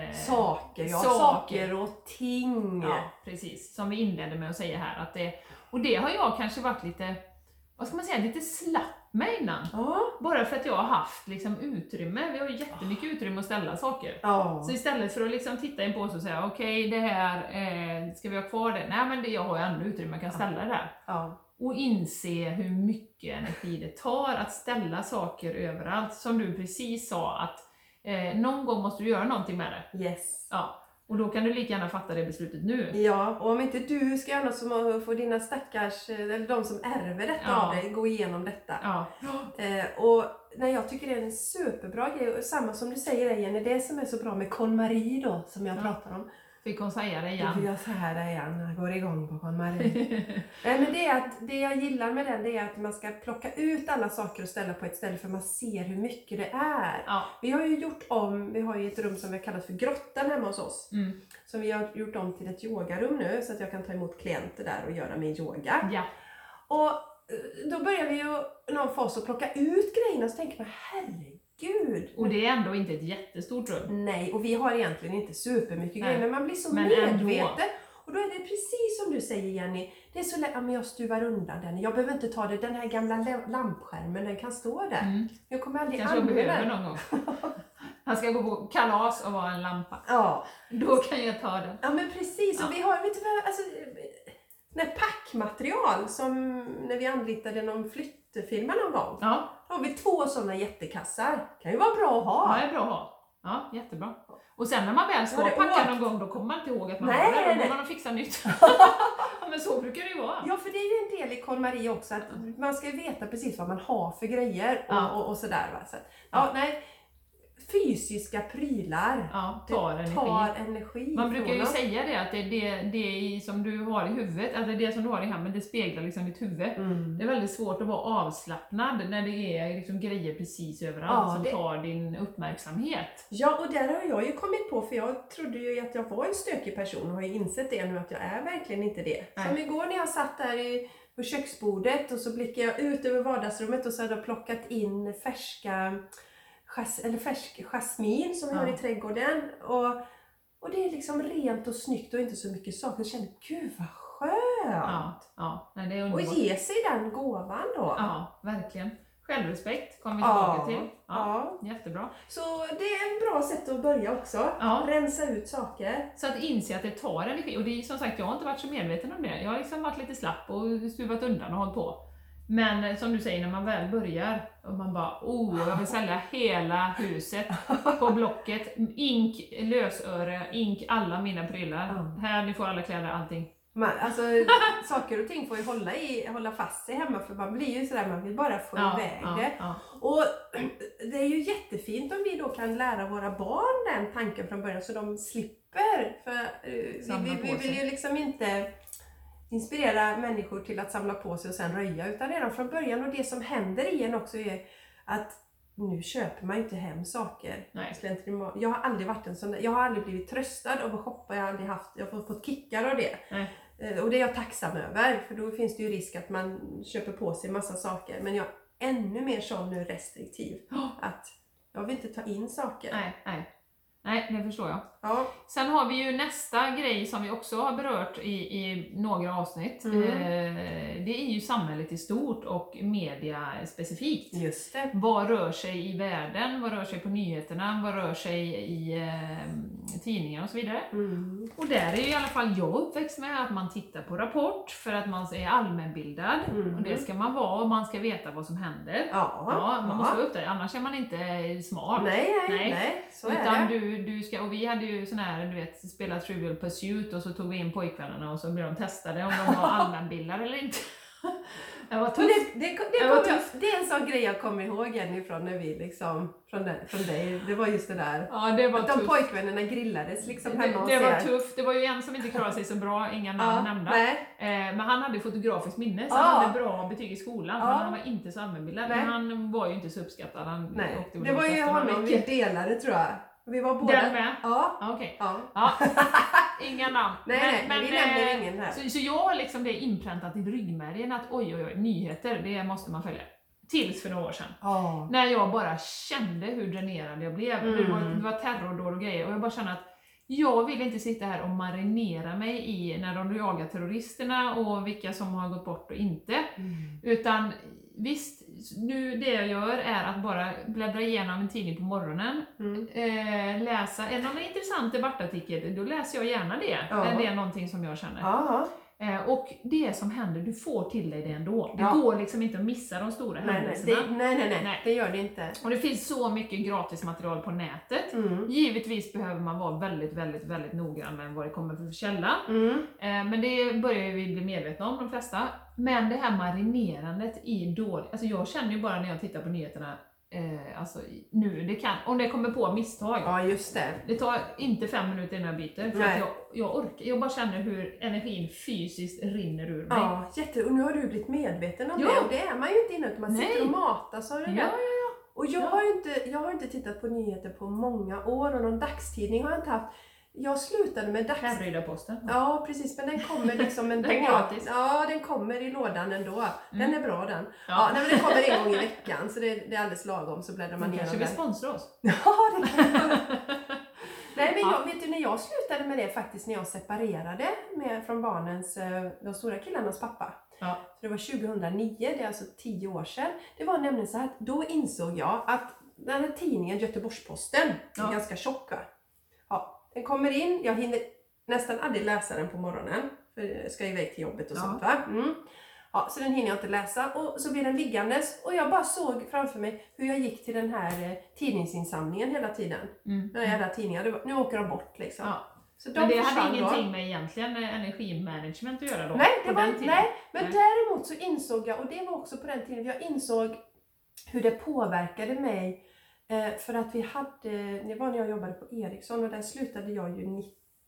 saker och ting. Ja, precis. Som vi inledde med att säga här. Och det har jag kanske varit lite, vad ska man säga, lite slapp med innan. Bara för att jag har haft liksom utrymme. Vi har ju jättemycket utrymme att ställa saker. Så istället för att liksom titta in på oss och säga okej, det här, ska vi ha kvar det? Nej, men jag har ju ändå utrymme, jag kan ställa det här. Och inse hur mycket energi det tar att ställa saker överallt. Som du precis sa, att någon gång måste du göra någonting med det. Yes. Ja. Och då kan du lika gärna fatta det beslutet nu. Ja, och om inte du ska göra något som får dina stackars, eller de som ärver detta av dig, gå igenom detta. Ja. nej, jag tycker det är en superbra grej. Och samma som du säger Jenny, det som är så bra med KonMari då, som jag pratar om. Fick hon säga det igen? Då vill jag säga det igen, jag går igång på KonMari. Men det är att det jag gillar med den, det är att man ska plocka ut alla saker och ställa på ett ställe, för man ser hur mycket det är. Ja. Vi har ju ett rum som vi kallat för grottan hemma hos oss. Som vi har gjort om till ett yogarum nu, så att jag kan ta emot klienter där och göra min yoga. Ja. Och då börjar vi ju någon fas att plocka ut grejerna, så tänker man herregud. Och det är ändå inte ett jättestort rum. Nej, och vi har egentligen inte supermycket grejer, men man blir så Men medveten. ändå. Och då är det precis som du säger Jenny, det är så lätt, men jag stuvar undan den. Jag behöver inte ta det, den här gamla lampskärmen, den kan stå där. Jag kommer aldrig kanske jag behöver den. någon gång. Han ska gå på kalas och vara en lampa. Ja. Då kan jag ta den. Ja men precis, och vi har, vet du vad, alltså, packmaterial som när vi anlitade någon flyttfirma någon gång. Ja. Då har vi 2 sådana jättekassar. Kan ju vara bra att ha. Ja, det är bra att ha. Ja, jättebra. Och sen när man väl ska packa någon gång, då kommer man inte ihåg att man har det. Då går man och fixar nytt. Ja, men så brukar det ju vara. Ja, för det är ju en del i KonMari också, att man ska veta precis vad man har för grejer och sådär. Va? Så, nej, fysiska prylar tar energi. Man brukar ju säga det, att det som du har i huvudet, att det som du har i hemmet, det speglar liksom ditt huvud. Det är väldigt svårt att vara avslappnad när det är liksom grejer precis överallt som tar din uppmärksamhet. Ja, och där har jag ju kommit på, för jag trodde ju att jag var en stökig person och har ju insett det nu att jag är verkligen inte det. Nej. Som igår när jag satt där på köksbordet och så blickade jag ut över vardagsrummet och så hade jag plockat in färsk jasmin som vi har i trädgården, och det är liksom rent och snyggt och inte så mycket saker. Jag kände, gud vad skönt! Nej, det är underbart. Och ge sig den gåvan då. Ja, verkligen. Självrespekt kommer vi tillbaka till. Ja, jättebra. Så det är en bra sätt att börja också. Rensa ut saker. Så att inse att det tar energi. Och det är som sagt, jag har inte varit så medveten om det. Jag har liksom varit lite slapp och stuvat undan och hållit på. Men som du säger, när man väl börjar och man bara, jag vill sälja hela huset på Blocket, ink, lösöre, ink, alla mina prylar. Här, ni får alla kläder, allting. Alltså, saker och ting får ju hålla fast sig hemma, för man blir ju sådär, man vill bara få iväg det. Och det är ju jättefint om vi då kan lära våra barn den tanken från början, så de slipper. För vi vill ju liksom inte inspirera människor till att samla på sig och sen röja, utan redan från början. Och det som händer igen också är att nu köper man inte hem saker. Nej. Jag har aldrig varit en sån där, jag har aldrig blivit tröstad av att shoppa, jag har fått kickar av det. Nej. Och det är jag tacksam över, för då finns det ju risk att man köper på sig massa saker. Men jag är ännu mer sån nu restriktiv, att jag vill inte ta in saker. Nej, det förstår jag. Ja. Sen har vi ju nästa grej som vi också har berört i några avsnitt. Det är ju samhället i stort och media specifikt. Just det. Vad rör sig i världen, vad rör sig på nyheterna, vad rör sig i tidningar och så vidare. Och där är ju i alla fall jag uppväxt med att man tittar på Rapport för att man är allmänbildad. Och det ska man vara, och man ska veta vad som händer. Man måste vara upp där, annars är man inte smart. Nej, så utan är det. Du ska, och vi hade ju sån här, du vet, spela Trivial Pursuit, och så tog vi in pojkvännerna och så blev de testade om de var allmänbildade eller inte. Det var tufft. Det är en sån grej jag kommer ihåg Jenny från när vi liksom, från dig, det var just det där. Ja, det var att de pojkvännerna grillades liksom hemma hos er. Det var tufft, det var ju en som inte klarade sig så bra, inga namn nämnda. Men han hade fotografiskt minne, så han hade bra betyg i skolan, men han var inte så allmänbildad. Men han var ju inte så uppskattad. Det var ju honom vi delade, tror jag. Vi var båda. Den med? Ja. Okej. Ja. Inga namn. Nej, men vi nämner ingen här. Så jag har liksom det inpräntat i ryggmärgen att oj, nyheter, det måste man följa. Tills för några år sedan. När jag bara kände hur dränerande jag blev. Det var terrordåd och grejer. Och jag bara kände att jag vill inte sitta här och marinera mig i när de jagar terroristerna och vilka som har gått bort och inte. Utan visst, nu det jag gör är att bara bläddra igenom en tidning på morgonen, läsa en intressant debattartikel, då läser jag gärna det. Det är någonting som jag känner. Och det som händer, du får till dig det ändå. Det går liksom inte att missa de stora händelserna. Nej, det gör det inte. Och det finns så mycket gratis material på nätet. Givetvis behöver man vara väldigt, väldigt, väldigt noggrann med vad det kommer för källa. Men det börjar vi bli medvetna om, de flesta. Men det här marinerandet i dåligt, alltså jag känner ju bara när jag tittar på nyheterna, alltså nu, om det kommer på misstag. Ja, just det. Det tar inte 5 minuter innan jag byter. För Nej. att jag orkar. Jag bara känner hur energin fysiskt rinner ur mig. Ja, och nu har du blivit medveten om Ja. det. Och det är man ju inte innan, utan man sitter och matas av det där. Ja. Och jag har inte tittat på nyheter på många år, och någon dagstidning har jag inte haft. Jag slutade med Härryda-posten. Ja, precis, men den kommer liksom ändå. Den är gratis. Ja, den kommer i lådan ändå. Den är bra den. Ja. Nej, men den kommer en gång i veckan, så det är alldeles lagom, så bläddrar man Man kanske igenom vill den. sponsra oss. Ja, det kan man. Nej, men jag vet ju när jag slutade med det faktiskt, när jag separerade från de stora killarnas pappa. Ja. Så det var 2009, det är alltså 10 år sedan. Det var nämligen så här att då insåg jag att den här tidningen Göteborgs-Posten är ganska tjock. Ja, den kommer in, jag hinner nästan aldrig läsa den på morgonen, för jag ska iväg till jobbet och sånt va. Ja, så den hinner jag inte läsa, och så blir den liggandes, och jag bara såg framför mig hur jag gick till den här tidningsinsamlingen hela tiden. Den jävla tidningen, nu åker de bort liksom. Ja. Så men det hade ingenting med egentligen energimanagement att göra då? Nej, men däremot så insåg jag, och det var också på den tiden, jag insåg hur det påverkade mig. För att det var när jag jobbade på Ericsson, och där slutade jag ju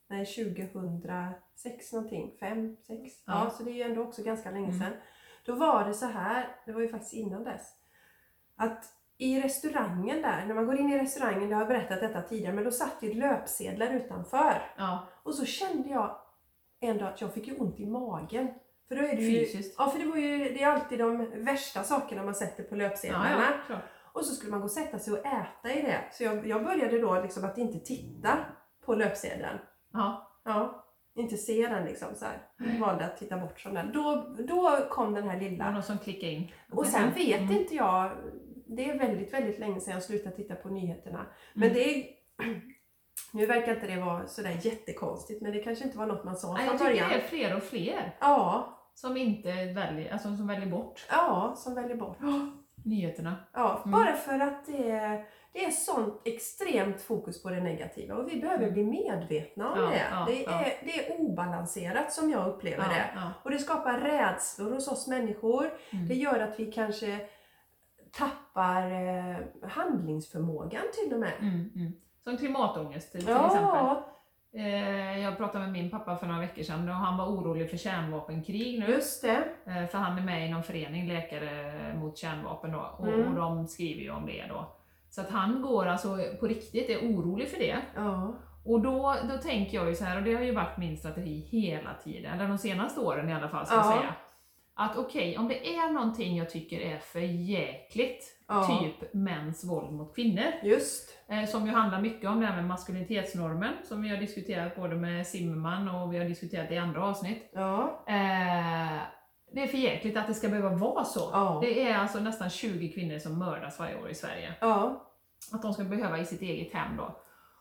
2006 någonting, 5, 6. Ja, så det är ju ändå också ganska länge sedan. Då var det så här, det var ju faktiskt innan dess, att i restaurangen där, när man går in i restaurangen, jag har berättat detta tidigare, men då satt ju löpsedlar utanför. Ja. Och så kände jag ändå att jag fick ju ont i magen. För då är det ju, fysiskt? Ja, för det är alltid de värsta sakerna man sätter på löpsedlarna. Ja, och så skulle man gå och sätta sig och äta i det. Så jag började då liksom att inte titta på löpsedeln. Ja. Inte se den liksom så här. Jag valde att titta bort från den. Då kom den här lilla. Någon som klickade in. Och sen vet inte jag. Det är väldigt, väldigt länge sedan jag slutade titta på nyheterna. Men det är... Nu verkar inte det vara sådär jättekonstigt. Men det kanske inte var något man sa från början. Jag tycker det är fler och fler. Ja. Som inte väljer, alltså som väljer bort. Ja, som väljer bort. Nyheterna. Ja, bara för att det är sånt extremt fokus på det negativa. Och vi behöver bli medvetna om det. Det är obalanserat som jag upplever det. Ja. Och det skapar rädslor hos oss människor. Det gör att vi kanske tappar handlingsförmågan till och med. Som klimatångest till exempel. Jag pratade med min pappa för några veckor sedan och han var orolig för kärnvapenkrig nu. Just det. För han är med i någon förening, Läkare mot kärnvapen då. Och de skriver ju om det då. Så att han går alltså på riktigt, är orolig för det. Ja. Och då tänker jag ju så här, och det har ju varit min strategi hela tiden, eller de senaste åren i alla fall ska jag säga. Att okej, om det är någonting jag tycker är för jäkligt, typ mäns våld mot kvinnor. Just. Som ju handlar mycket om det här med maskulinitetsnormen, som vi har diskuterat både med Zimmerman och vi har diskuterat i andra avsnitt. Ja. Det är för jäkligt att det ska behöva vara så. Ja. Det är alltså nästan 20 kvinnor som mördas varje år i Sverige. Ja. Att de ska behöva i sitt eget hem då.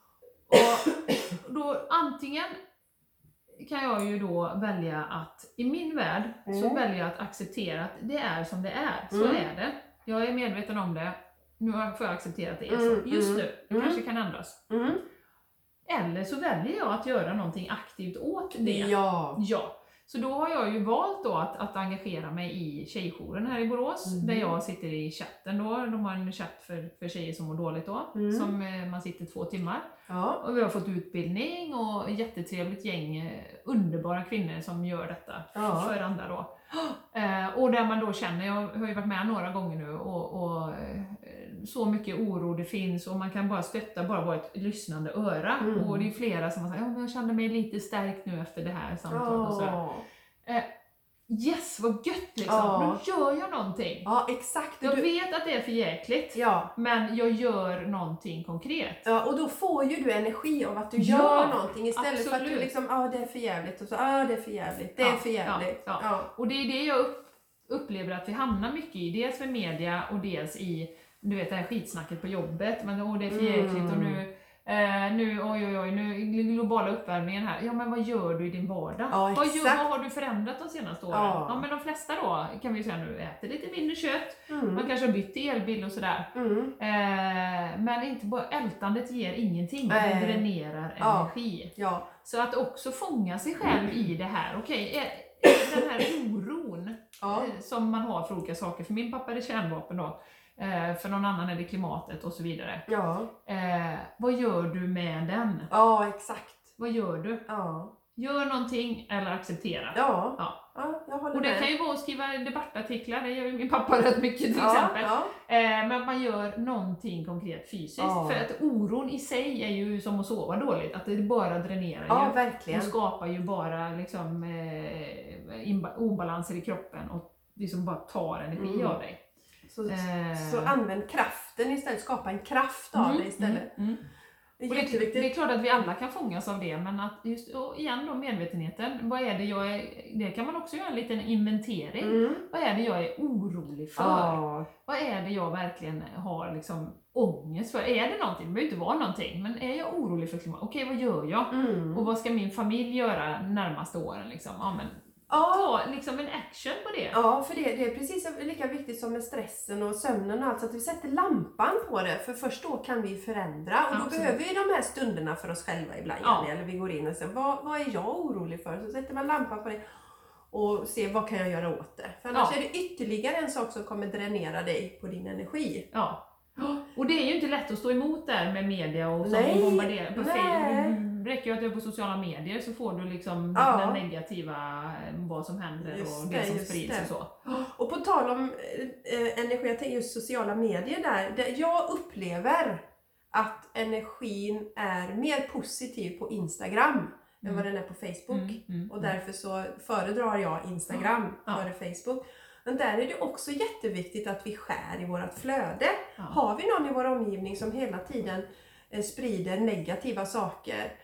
Och då antingen kan jag ju då välja att, i min värld så väljer jag att acceptera att det är som det är. Så är det. Jag är medveten om det. Nu får jag acceptera att det är så. Just nu. Det kanske kan ändras. Eller så väljer jag att göra någonting aktivt åt det. Ja. Så då har jag ju valt då att engagera mig i tjejjouren här i Borås. Där jag sitter i chatten då. De har en chatt för tjejer som mår dåligt då. Som man sitter 2 timmar. Ja. Och vi har fått utbildning och jättetrevligt gäng underbara kvinnor som gör detta för andra då. Och där man då känner, jag har ju varit med några gånger nu och så mycket oro det finns och man kan bara stötta, bara vara ett lyssnande öra. Och det är flera som har sagt, men jag kände mig lite stärkt nu efter det här samtalet och sådär. Yes, vad gött liksom. Då gör jag någonting. Ja, exakt. Jag vet att det är för jäkligt. Men jag gör någonting konkret. Ja, och då får ju du energi av att du gör någonting istället för att du liksom, det är för jävligt och så, det är för jävligt, det är för jävligt. Och det är det jag upplever att vi hamnar mycket i, dels med media och dels i, du vet, det här skitsnacket på jobbet, men det är för jäkligt och nu globala uppvärmningen här. Ja, men vad gör du i din vardag? Vad har du förändrat de senaste åren? Ja, men de flesta då kan vi ju säga nu äter lite mindre kött. Man kanske har bytt elbil och sådär. Men inte bara ältandet ger ingenting. Det dränerar energi. Ja. Så att också fånga sig själv i det här. Okej, den här oron som man har för olika saker. För min pappa är kärnvapen då. För någon annan är det klimatet och så vidare. Ja. Vad gör du med den? Ja, exakt. Vad gör du? Ja. Gör någonting eller acceptera. Ja. Ja. Ja, jag håller Och det med. kan ju vara att skriva debattartiklar, det gör ju min pappa rätt mycket till exempel. Ja. Men att man gör någonting konkret fysiskt. Ja. För att oron i sig är ju som att sova dåligt, att det bara dränerar Ja, ju. verkligen. Och skapar ju bara liksom, obalanser i kroppen och liksom bara tar energi av dig. Så använd kraften istället, skapa en kraft av det istället. Det är och jätteviktigt. det är klart att vi alla kan fångas av det, men att just, och igen då medvetenheten, vad är det jag är, det kan man också göra en liten inventering. Vad är det jag är orolig för? Vad är det jag verkligen har liksom ångest för? Är det någonting? Det behöver inte vara någonting, men är jag orolig för klimat? Okej, vad gör jag? Och vad ska min familj göra närmaste åren liksom? Ja, men ta liksom en action på det. Ja, för det är precis lika viktigt som med stressen och sömnen och allt, så att vi sätter lampan på det, för först då kan vi förändra, och då behöver vi de här stunderna för oss själva ibland, eller vi går in och säger, vad är jag orolig för? Så sätter man lampan på det och ser, vad kan jag göra åt det? För annars är det ytterligare en sak som kommer dränera dig på din energi. Ja. Och det är ju inte lätt att stå emot där med media och bombarderar på Facebook. Det räcker ju att du är på sociala medier så får du liksom den negativa, vad som händer och det som sprids och så. Och på tal om energi, jag tänker just sociala medier där jag upplever att energin är mer positiv på Instagram än vad den är på Facebook. Och därför så föredrar jag Instagram före Facebook. Men där är det också jätteviktigt att vi skär i vårat flöde. Har vi någon i vår omgivning som hela tiden sprider negativa saker.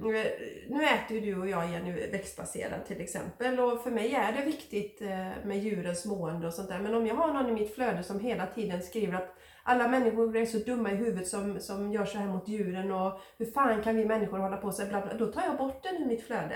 Nu äter ju du och jag, Jenny, växtbaserat till exempel. Och för mig är det viktigt med djurens mående och sånt där. Men om jag har någon i mitt flöde som hela tiden skriver att alla människor är så dumma i huvudet som gör så här mot djuren. Och hur fan kan vi människor hålla på sig? Bla bla, då tar jag bort den ur mitt flöde.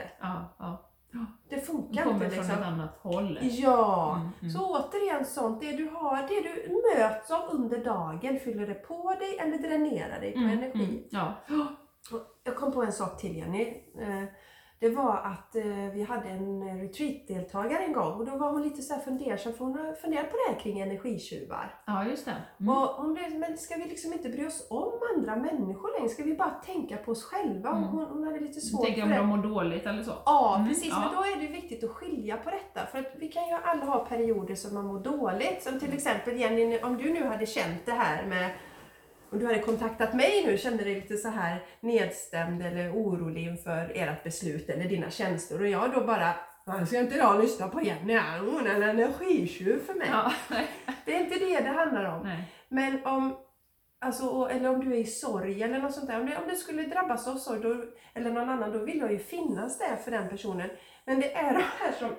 Det funkar inte kommer liksom. från ett annat håll. Ja, så återigen sånt, det du möts av under dagen, fyller det på dig eller dränerar dig på energi. Jag kom på en sak till, Jenny. Det var att vi hade en retreat-deltagare en gång, och då var hon lite så här fundersam, för hon har funderat på det här kring energitjuvar. Ja, just det. Och hon blev, men ska vi liksom inte bry oss om andra människor längre? Ska vi bara tänka på oss själva? Hon hade lite svårt tänker för det. om de mår dåligt eller så. Ja, precis. Men då är det viktigt att skilja på detta. För att vi kan ju alla ha perioder som man mår dåligt. Som till exempel, Jenny, om du nu hade känt det här med, om du hade kontaktat mig nu, kände dig lite så här nedstämd eller orolig inför ert beslut eller dina känslor, och jag då bara, man ska inte jag lyssna på Jenny, hon är en energitjuv för mig. Det är inte det handlar om. Nej. Men om, alltså, eller om du är i sorg eller något sånt där, om det skulle drabbas av sorg då, eller någon annan, då vill jag ju finnas där för den personen. Men det är det här som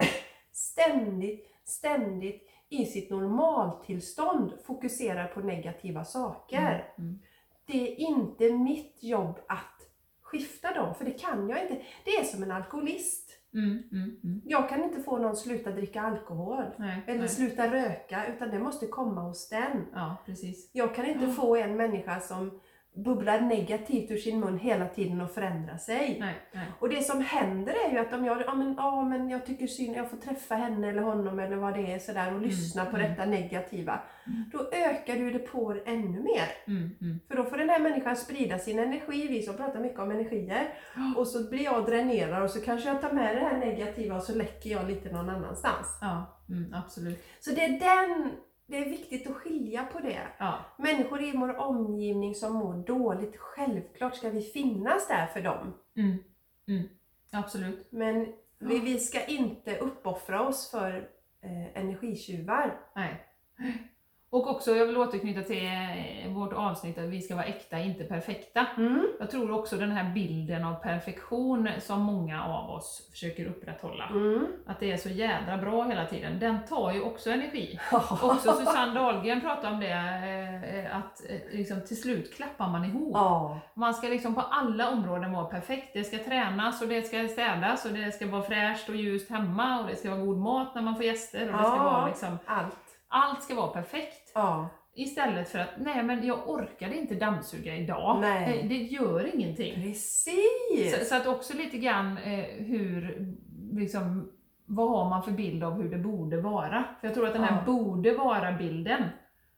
ständigt i sitt normaltillstånd fokuserar på negativa saker. Det är inte mitt jobb att skifta dem, för det kan jag inte. Det är som en alkoholist. Jag kan inte få någon sluta dricka alkohol eller sluta röka, utan det måste komma hos den. Ja, precis. Jag kan inte få en människa som bubblar negativt ur sin mun hela tiden och förändrar sig. Nej. Och det som händer är ju att om jag, men jag tycker synd, jag får träffa henne eller honom eller vad det är sådär och lyssna på detta negativa. Då ökar du det på ännu mer. För då får den här människan sprida sin energi, vi som pratar mycket om energier. Och så blir jag dränerad och så kanske jag tar med det här negativa och så läcker jag lite någon annanstans. Ja, absolut. Så det är viktigt att skilja på det. Människor i vår omgivning som mår dåligt, självklart ska vi finnas där för dem. Absolut. Men vi ska inte uppoffra oss för energitjuvar. Nej. Och också, jag vill återknyta till vårt avsnitt att vi ska vara äkta, inte perfekta. Jag tror också den här bilden av perfektion som många av oss försöker upprätthålla. Att det är så jädra bra hela tiden. Den tar ju också energi. Också Susanne Dahlgren pratar om det, att liksom, till slut klappar man ihop. Man ska liksom på alla områden vara perfekt. Det ska tränas och det ska städas och det ska vara fräscht och ljust hemma och det ska vara god mat när man får gäster och det ska vara liksom... Allt ska vara perfekt. Istället för att, nej men jag orkade inte dammsuga idag. Nej. Det gör ingenting. Precis. Så att också lite grann hur, liksom, vad har man för bild av hur det borde vara? För jag tror att den här borde vara bilden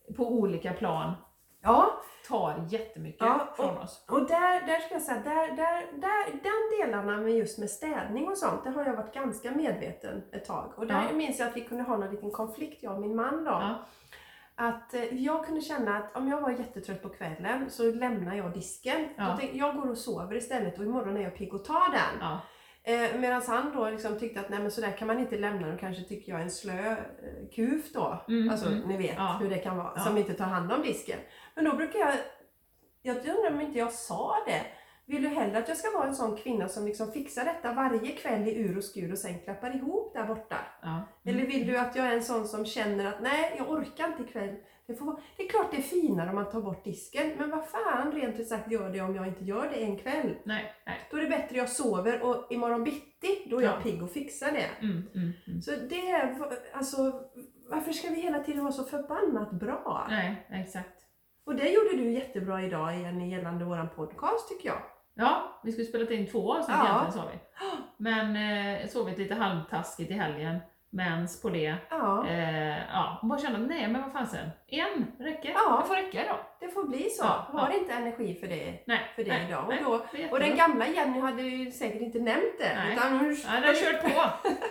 på olika plan tar jättemycket från oss. Och där ska jag säga, den delarna med just med städning och sånt, där har jag varit ganska medveten ett tag. Och där minns jag att vi kunde ha någon liten konflikt, jag och min man då. Ja. Att jag kunde känna att om jag var jättetrött på kvällen så lämnar jag disken. Jag går och sover istället och imorgon är jag pigg och tar den. Ja. Medan han då liksom tyckte att nej, men så där kan man inte lämna den, kanske tycker jag är en slö kuf då. Alltså ni vet hur det kan vara, som inte tar hand om disken. Men då brukar jag undrar om inte jag sa det. Vill du hellre att jag ska vara en sån kvinna som liksom fixar detta varje kväll i ur och skur och sen klappar ihop där borta? Ja. Eller vill du att jag är en sån som känner att nej, jag orkar inte ikväll. Det är klart det är finare om man tar bort disken, men vad fan rent ut sagt gör det om jag inte gör det en kväll? Nej. Då är det bättre jag sover och imorgon bitti, då är jag pigg och fixar det. Så det är, alltså, varför ska vi hela tiden vara så förbannat bra? Nej, exakt. Och det gjorde du jättebra idag igen gällande våran podcast tycker jag. Ja, vi skulle spela in 2 avsnitt egentligen sa vi. Men sovit lite halvtaskigt i helgen. Mens på det. Och bara känna, nej men vad fan sen. En räcker. Det får räcka då. Det får bli så. Har inte energi för det idag. Och den gamla Jenny hade ju säkert inte nämnt det. Nej, utan den har kört på.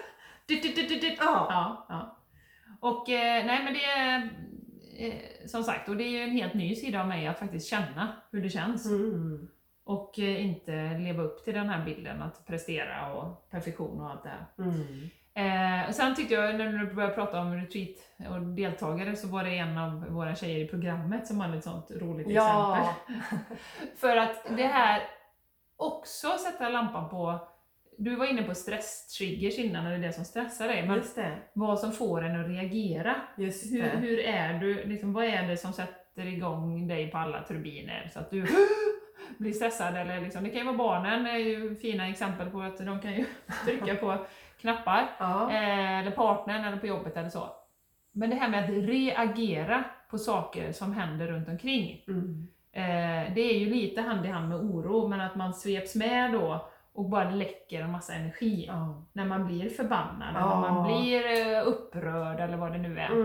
Och nej men det är som sagt, och det är ju en helt ny sida av mig att faktiskt känna hur det känns. Och inte leva upp till den här bilden att prestera och perfektion och allt det här. Sen tyckte jag när du började prata om retreat och deltagare så var det en av våra tjejer i programmet som hade ett sånt roligt exempel. För att det här också sätta lampan på. Du var inne på stresstriggers innan, eller det som stressar dig. Men vad som får en att reagera. Hur är du, liksom, vad är det som sätter igång dig på alla turbiner så att du blir stressad? Eller liksom, det kan ju vara barnen, är ju fina exempel på att de kan ju trycka på knappar. Eller partnern eller på jobbet eller så. Men det här med att reagera på saker som händer runt omkring. Det är ju lite hand i hand med oro, men att man sveps med då och bara läcker en massa energi när man blir förbannad eller man blir upprörd eller vad det nu är.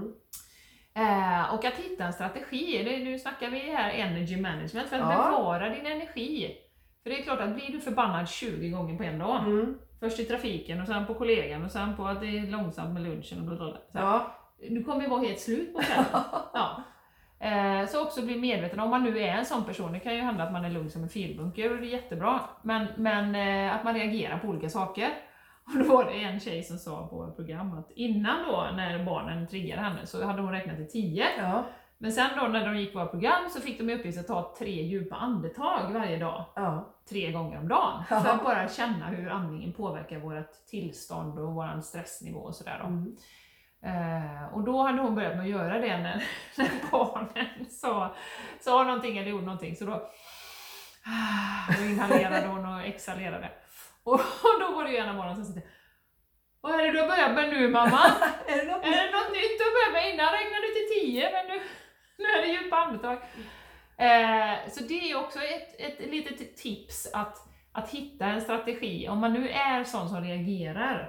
Och att hitta en strategi, nu snackar vi här energy management, för att bevara din energi. För det är klart att blir du förbannad 20 gånger på en dag, först i trafiken och sen på kollegan och sen på att det är långsamt med lunchen och blablabla. Du kommer ju vara helt slut på kvällen. Så också bli medveten om man nu är en sån person. Det kan ju hända att man är lugn som en filbunker och det är jättebra. Men att man reagerar på olika saker. Och då var det en tjej som sa på ett program att innan då när barnen triggade henne så hade hon räknat till 10. Men sen då när de gick på program så fick de i uppgift att ta 3 djupa andetag varje dag. 3 gånger om dagen. För att bara känna hur andningen påverkar vårt tillstånd och vår stressnivå och sådär då. Och då hade hon börjat med att göra det när barnen sa någonting eller gjorde någonting. Så då inhalerade hon och exhalerade. Och då var det ju en av barnen som sa: vad är det du har börjat med nu mamma? är det något nytt du har börjat med? Innan räknade du till 10 men nu är det djupa andetag. Så det är ju också ett litet tips att hitta en strategi. Om man nu är sån som reagerar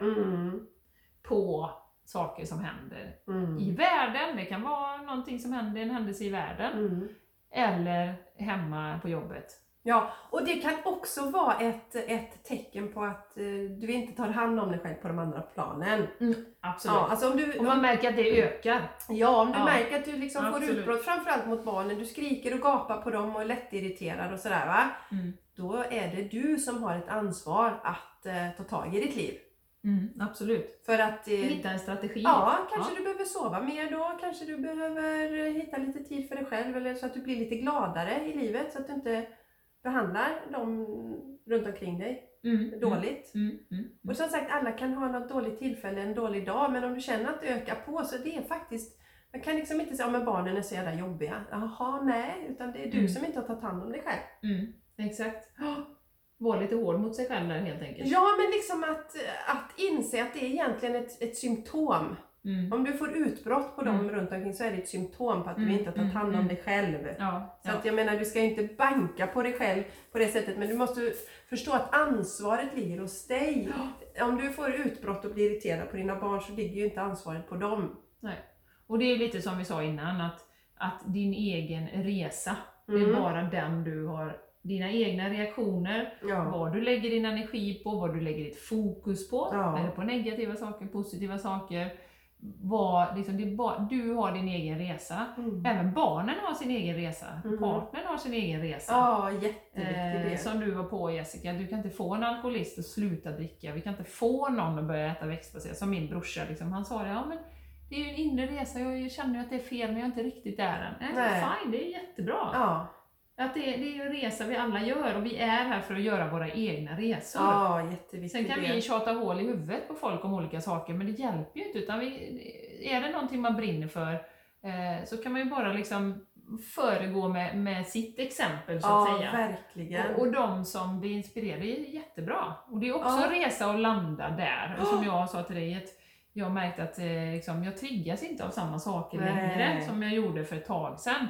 på saker som händer i världen. Det kan vara någonting som händer, en händelse i världen. Eller hemma på jobbet. Ja, och det kan också vara ett tecken på att du inte tar hand om dig själv på de andra planen. Absolut. Ja, alltså om man märker att det ökar. Ja, om du märker att du liksom får utbrott, framförallt mot barnen. Du skriker och gapar på dem och är lättirriterad och sådär va. Då är det du som har ett ansvar att ta tag i ditt liv. Absolut. För att hitta en strategi. Ja, kanske du behöver sova mer då. Kanske du behöver hitta lite tid för dig själv. Eller så att du blir lite gladare i livet. Så att du inte behandlar dem runt omkring dig dåligt. Och som sagt, alla kan ha något dåligt tillfälle, en dålig dag. Men om du känner att det ökar på så det är faktiskt... Man kan liksom inte säga att barnen är så jävla jobbiga. Jaha, nej. Utan det är du som inte har tagit hand om dig själv. Exakt. Var lite hård mot sig själv där helt enkelt. Ja, men liksom att inse att det är egentligen ett symptom. Om du får utbrott på dem runt omkring så är det ett symptom på att du inte har tagit hand om dig själv. Så att jag menar, du ska inte banka på dig själv på det sättet. Men du måste förstå att ansvaret ligger hos dig. Om du får utbrott och blir irriterad på dina barn så ligger ju inte ansvaret på dem. Nej. Och det är lite som vi sa innan att att din egen resa, det är bara den du har, dina egna reaktioner, vad du lägger din energi på, vad du lägger ditt fokus på, eller på negativa saker, positiva saker. Liksom, du har din egen resa. Även barnen har sin egen resa. Partnern har sin egen resa. Ja, jätteviktigt det. Som du var på, Jessica. Du kan inte få en alkoholist att sluta dricka. Vi kan inte få någon att börja äta växtbaserat. Som min brorsa, liksom, han sa det. Ja, men det är ju en inre resa. Jag känner ju att det är fel, men jag är inte riktigt där än. Fine, det är jättebra. Ja. Att det är en resa vi alla gör, och vi är här för att göra våra egna resor. Ja, jätteviktigt. Sen kan vi tjata hål i huvudet på folk om olika saker, men det hjälper ju inte. Utan är det någonting man brinner för, så kan man ju bara liksom föregå med sitt exempel, så att säga. Ja, verkligen. Och de som blir inspirerade är jättebra. Och det är också en resa att landa där. Och som jag sa till dig, att jag märkte att liksom, jag triggas inte av samma saker längre som jag gjorde för ett tag sedan.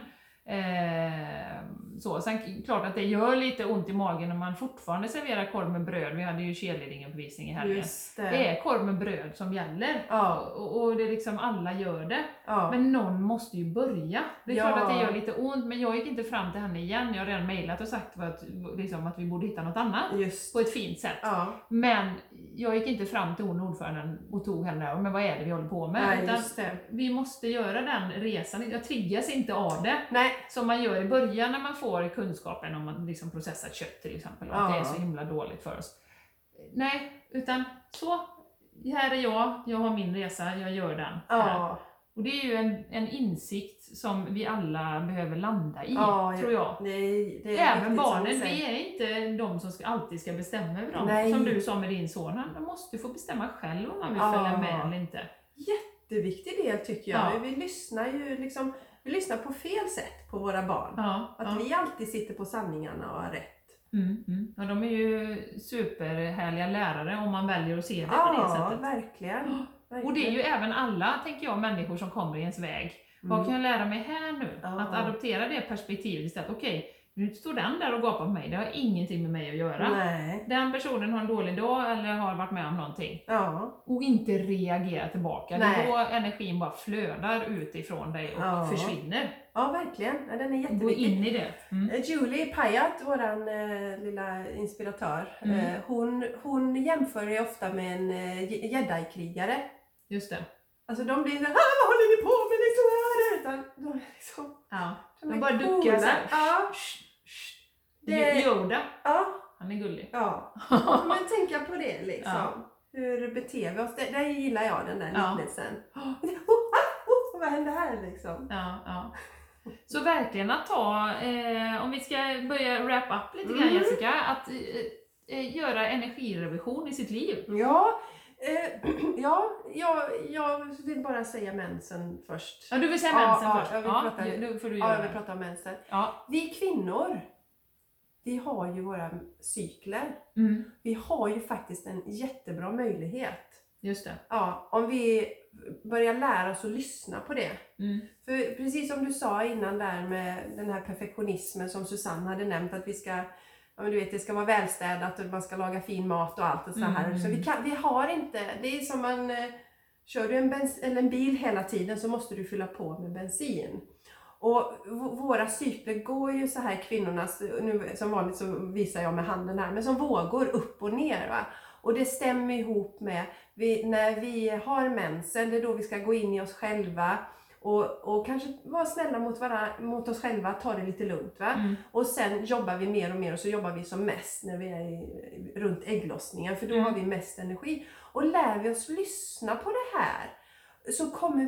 Sen klart att det gör lite ont i magen när man fortfarande serverar korv med bröd. Vi hade ju cheerleading-uppvisning i helgen. Det är korv med bröd som gäller. Och det är liksom, alla gör det. Men någon måste ju börja. Det är klart att det gör lite ont, men jag gick inte fram till henne igen. Jag har redan mejlat och sagt att vi borde hitta något annat på ett fint sätt. Men jag gick inte fram till ordföranden och tog henne, men vad är det vi håller på med? Utan vi måste göra den resan. Jag triggas inte av det. Som man gör i början när man får kunskapen om att liksom processat kött till exempel, och att det är så himla dåligt för oss. Nej, utan så, här är jag har min resa, jag gör den. Och det är ju en insikt som vi alla behöver landa i, tror jag. Det är även barnen, vi är inte de som alltid ska bestämma över dem. Som du sa med din son, han måste få bestämma själv om han vill följa med eller inte. Jätteviktig del tycker jag. Vi lyssnar ju liksom, vi lyssnar på fel sätt på våra barn. Att vi alltid sitter på sanningarna och har rätt. Ja, de är ju superhärliga lärare om man väljer att se det på det sättet. Verkligen. Och det är ju även alla, tänker jag, människor som kommer i ens väg. Vad kan jag lära mig här nu? Att adoptera det perspektivet istället. Okej, nu står den där och gapar på mig. Det har ingenting med mig att göra. Den personen har en dålig dag eller har varit med om någonting. Och inte reagera tillbaka. Det är då energin bara flödar ut ifrån dig och försvinner. Ja, verkligen. Den är jätteviktig. Gå in i det. Julie Payat, våran lilla inspiratör, hon jämför ju ofta med en jedi-krigare. Just det. Alltså de blir så här, vad håller ni på med liksom här? Utan de är liksom... De bara duckar så här. Yoda. Han är gullig. Men tänka på det liksom. Hur beter vi oss? Det gillar jag, den där liknelsen. Vad händer här liksom? Så verkligen att ta, om vi ska börja wrap up lite grann, Jessica, att göra energirevision i sitt liv. Jag vill bara säga mensen först. Ja, du vill säga mensen först? Jag vill prata om mensen. Vi kvinnor, vi har ju våra cykler. Vi har ju faktiskt en jättebra möjlighet. Just det. Om vi börjar lära oss att lyssna på det. För precis som du sa innan där med den här perfektionismen som Susanne hade nämnt, att vi ska, det ska vara välstädat och man ska laga fin mat och allt och så här. Så vi har inte, det är som man kör du en bil hela tiden så måste du fylla på med bensin. Och våra cykler går ju så här, kvinnornas, nu som vanligt så visar jag med handen här, men som vågor upp och ner, va. Och det stämmer ihop med när vi har mensen, det är då vi ska gå in i oss själva och kanske vara snälla mot oss själva, ta det lite lugnt, va. Och sen jobbar vi mer och mer, och så jobbar vi som mest när vi är runt ägglossningen, för då har vi mest energi. Och lär vi oss lyssna på det här så kommer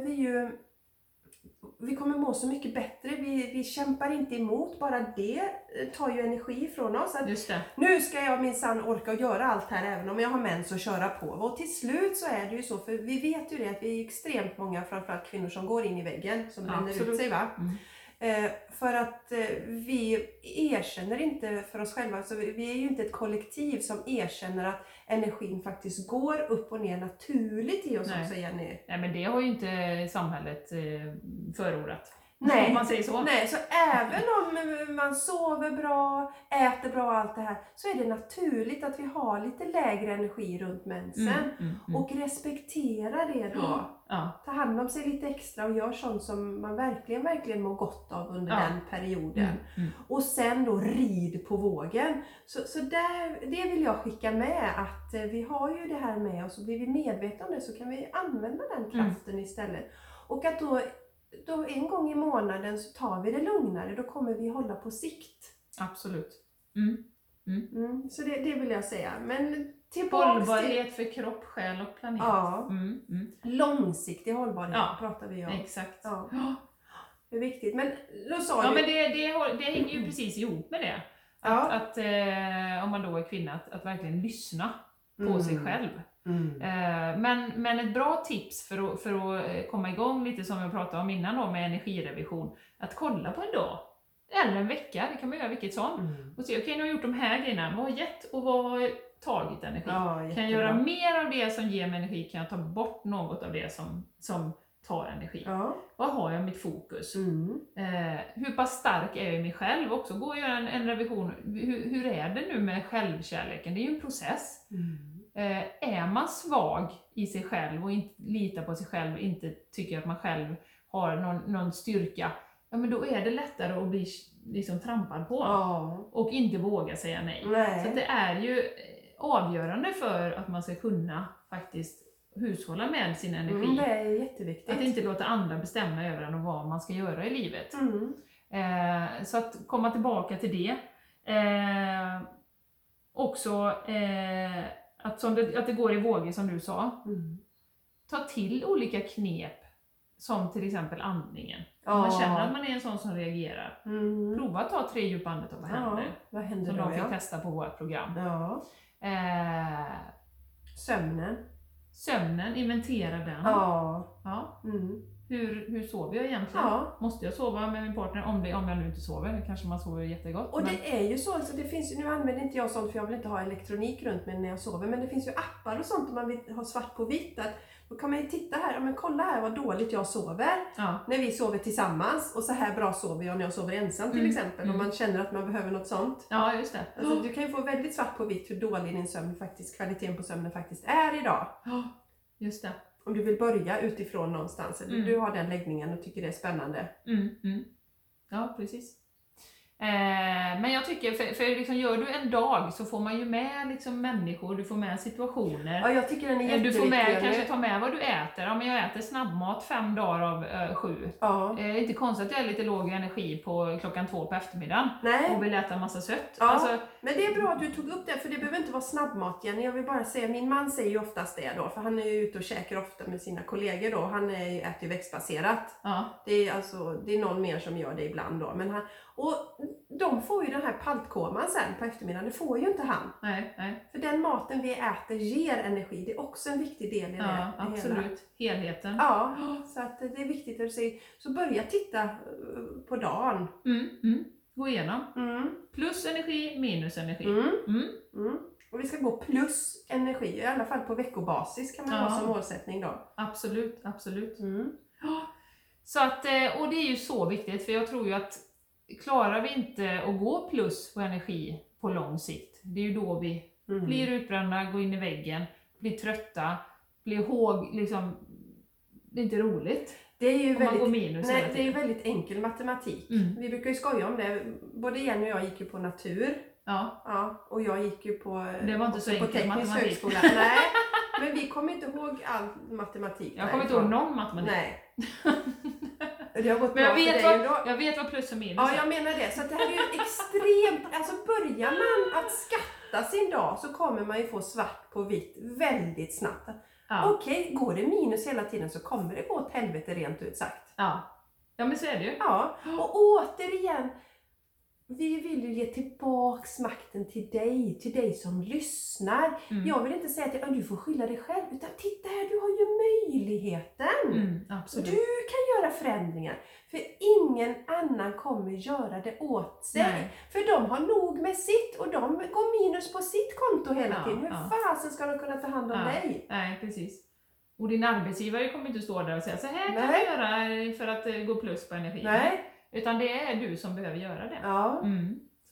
vi kommer må så mycket bättre. Vi kämpar inte emot, bara det tar ju energi från oss. Att just det. Nu ska jag minsann orka och göra allt här även om jag har mens och köra på. Och till slut så är det ju så, för vi vet ju det att vi är extremt många, framförallt kvinnor, som går in i väggen, som bränner ut sig, va. För att vi erkänner inte för oss själva, så vi är ju inte ett kollektiv som erkänner att energin faktiskt går upp och ner naturligt i oss också, Jenny. Nej, men det har ju inte samhället förordat. Nej, om man säger så. Nej, så även om man sover bra, äter bra och allt det här, så är det naturligt att vi har lite lägre energi runt mensen. Och respektera det då. Ta hand om sig lite extra och gör sånt som man verkligen mår gott av under den perioden. Och sen då rid på vågen. Så det vill jag skicka med, att vi har ju det här med oss, och blir vi medvetna om det så kan vi använda den kraften istället. Och att då en gång i månaden så tar vi det lugnare, då kommer vi hålla på sikt. Absolut. Så det vill jag säga. Men hållbarhet för kropp, själ och planet. Ja. Långsiktig hållbarhet pratar vi om. Exakt. Ja. Det är viktigt. Men då sa du... men det hänger ju precis ihop med det. Att om man då är kvinna, att verkligen lyssna på sig själv. Men ett bra tips för att komma igång lite, som jag pratade om innan då, med energirevision, att kolla på en dag eller en vecka, det kan man göra vilket som, och se, okej, nu har jag gjort de här grejerna, vad har gett och vad har tagit energi, kan jag göra mer av det som ger mig energi, kan jag ta bort något av det som tar energi, vad har jag mitt fokus, hur pass stark är jag i mig själv också, gå och göra en revision, hur är det nu med självkärleken, det är ju en process. Är man svag i sig själv och inte litar på sig själv och inte tycker att man själv har någon styrka, men då är det lättare att bli liksom trampad på och inte våga säga nej. Så det är ju avgörande för att man ska kunna faktiskt hushålla med sin energi. Det är jätteviktigt. Att inte låta andra bestämma över en och vad man ska göra i livet. Så att komma tillbaka till det. Också att det går i vågor, som du sa. Ta till olika knep, som till exempel andningen. Om man känner att man är en sån som reagerar. Prova att ta 3 djupa andetag på händer. Vad händer som då, de fick testa på vårt program. Sömnen, inventera den. Hur sover jag egentligen? Måste jag sova med min partner om jag nu inte sover? Kanske man sover jättegott. Och det är ju så, alltså det finns, nu använder inte jag sånt för jag vill inte ha elektronik runt mig när jag sover, men det finns ju appar och sånt om man vill ha svart på vitt, att då kan man ju titta här, men kolla här vad dåligt jag sover när vi sover tillsammans, och så här bra sover jag när jag sover ensam till exempel, om man känner att man behöver något sånt. Ja, just det. Alltså, du kan ju få väldigt svart på vitt hur dålig din sömn faktiskt, kvaliteten på sömnen faktiskt är idag. Just det. Om du vill börja utifrån någonstans, du har den läggningen och tycker det är spännande. Ja, precis. Men jag tycker, för liksom, gör du en dag så får man ju med liksom människor, du får med situationer. Ja, jag tycker den är jätteviktig. Du får med, kanske ta med vad du äter. Ja, men jag äter snabbmat 5 dagar av 7. Det är inte konstigt att jag är lite låg energi på 2:00 på eftermiddagen. Och vill äta en massa sött. Alltså, men det är bra att du tog upp det, för det behöver inte vara snabbmat, Jenny. Jag vill bara säga, min man säger ju oftast det då, för han är ju ute och käkar ofta med sina kollegor då. Han äter ju växtbaserat. Det är någon mer som gör det ibland då. Men och de får ju den här paltkoman sen på eftermiddagen, det får ju inte han. Nej. För den maten vi äter ger energi, det är också en viktig del i det. Absolut, helheten. Så att det är viktigt att se. Så börja titta på dagen. Gå igenom. Plus energi, minus energi. Och vi ska gå plus energi, i alla fall på veckobasis kan man ha som målsättning då. Absolut. Så att, och det är ju så viktigt, för jag tror ju att klarar vi inte att gå plus på energi på lång sikt, det är ju då vi blir utbrända, går in i väggen, blir trötta, blir liksom, det är inte roligt. Det är ju det är väldigt enkel matematik. Vi brukar ju skoja om det. Både Jenny och jag gick ju på natur. Och jag gick ju på, det var inte så enkel matematik. Högskola. Nej, men vi kommer inte ihåg all matematik. Jag kommer inte ihåg någon matematik. Nej. Det har gått men bra jag vet vad plus och minus är. Ja, jag menar det. Så att det här är ju extremt, alltså börjar man att skatta sin dag så kommer man ju få svart på vitt väldigt snabbt. Okej, går det minus hela tiden så kommer det gå åt helvete rent ut sagt. Ja, men så är det ju. Och återigen, vi vill ju ge tillbaks makten till dig som lyssnar. Jag vill inte säga att du får skylla dig själv, utan titta här, du har ju möjligheten. Absolut. Du kan göra förändringar, för ingen annan kommer göra det åt sig. Nej. För de har nog med sitt och de går minus på sitt konto hela tiden. Hur fasen ska de kunna ta hand om dig? Nej, precis. Och din arbetsgivare kommer inte stå där och säga så här kan du göra för att gå plus på energi. Nej. Utan det är du som behöver göra det. Ja.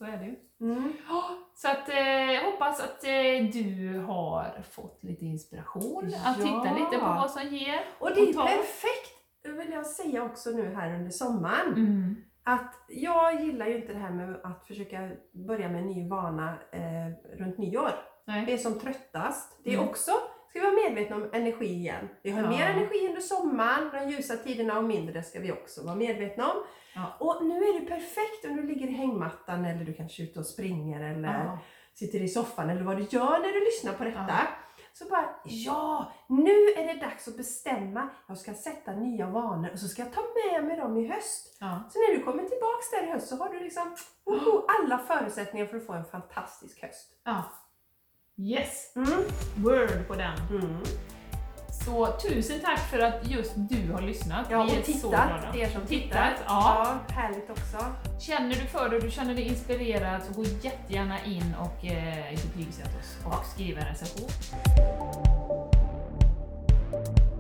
Så är det ju. Så att jag hoppas att du har fått lite inspiration att titta lite på vad som ger. Och det är perfekt, vill jag säga också nu här under sommaren. Att jag gillar ju inte det här med att försöka börja med en ny vana runt nyår. Nej. Det är som tröttast. Det är också, ska vi vara medvetna om energi igen. Vi har mer energi under sommaren, de ljusa tiderna och mindre ska vi också vara medvetna om. Och nu är det perfekt om du ligger i hängmattan eller du kanske är ute och springer eller sitter i soffan eller vad du gör när du lyssnar på detta. Så bara, nu är det dags att bestämma. Jag ska sätta nya vanor och så ska jag ta med mig dem i höst. Så när du kommer tillbaks där i höst så har du liksom alla förutsättningar för att få en fantastisk höst. Yes! Word på den. Så tusen tack för att just du har lyssnat. Ja, och tittat. Er som tittat. Ja, härligt också. Känner du för det och du känner dig inspirerad så gå jättegärna in och betygsätt oss och skriv en recension.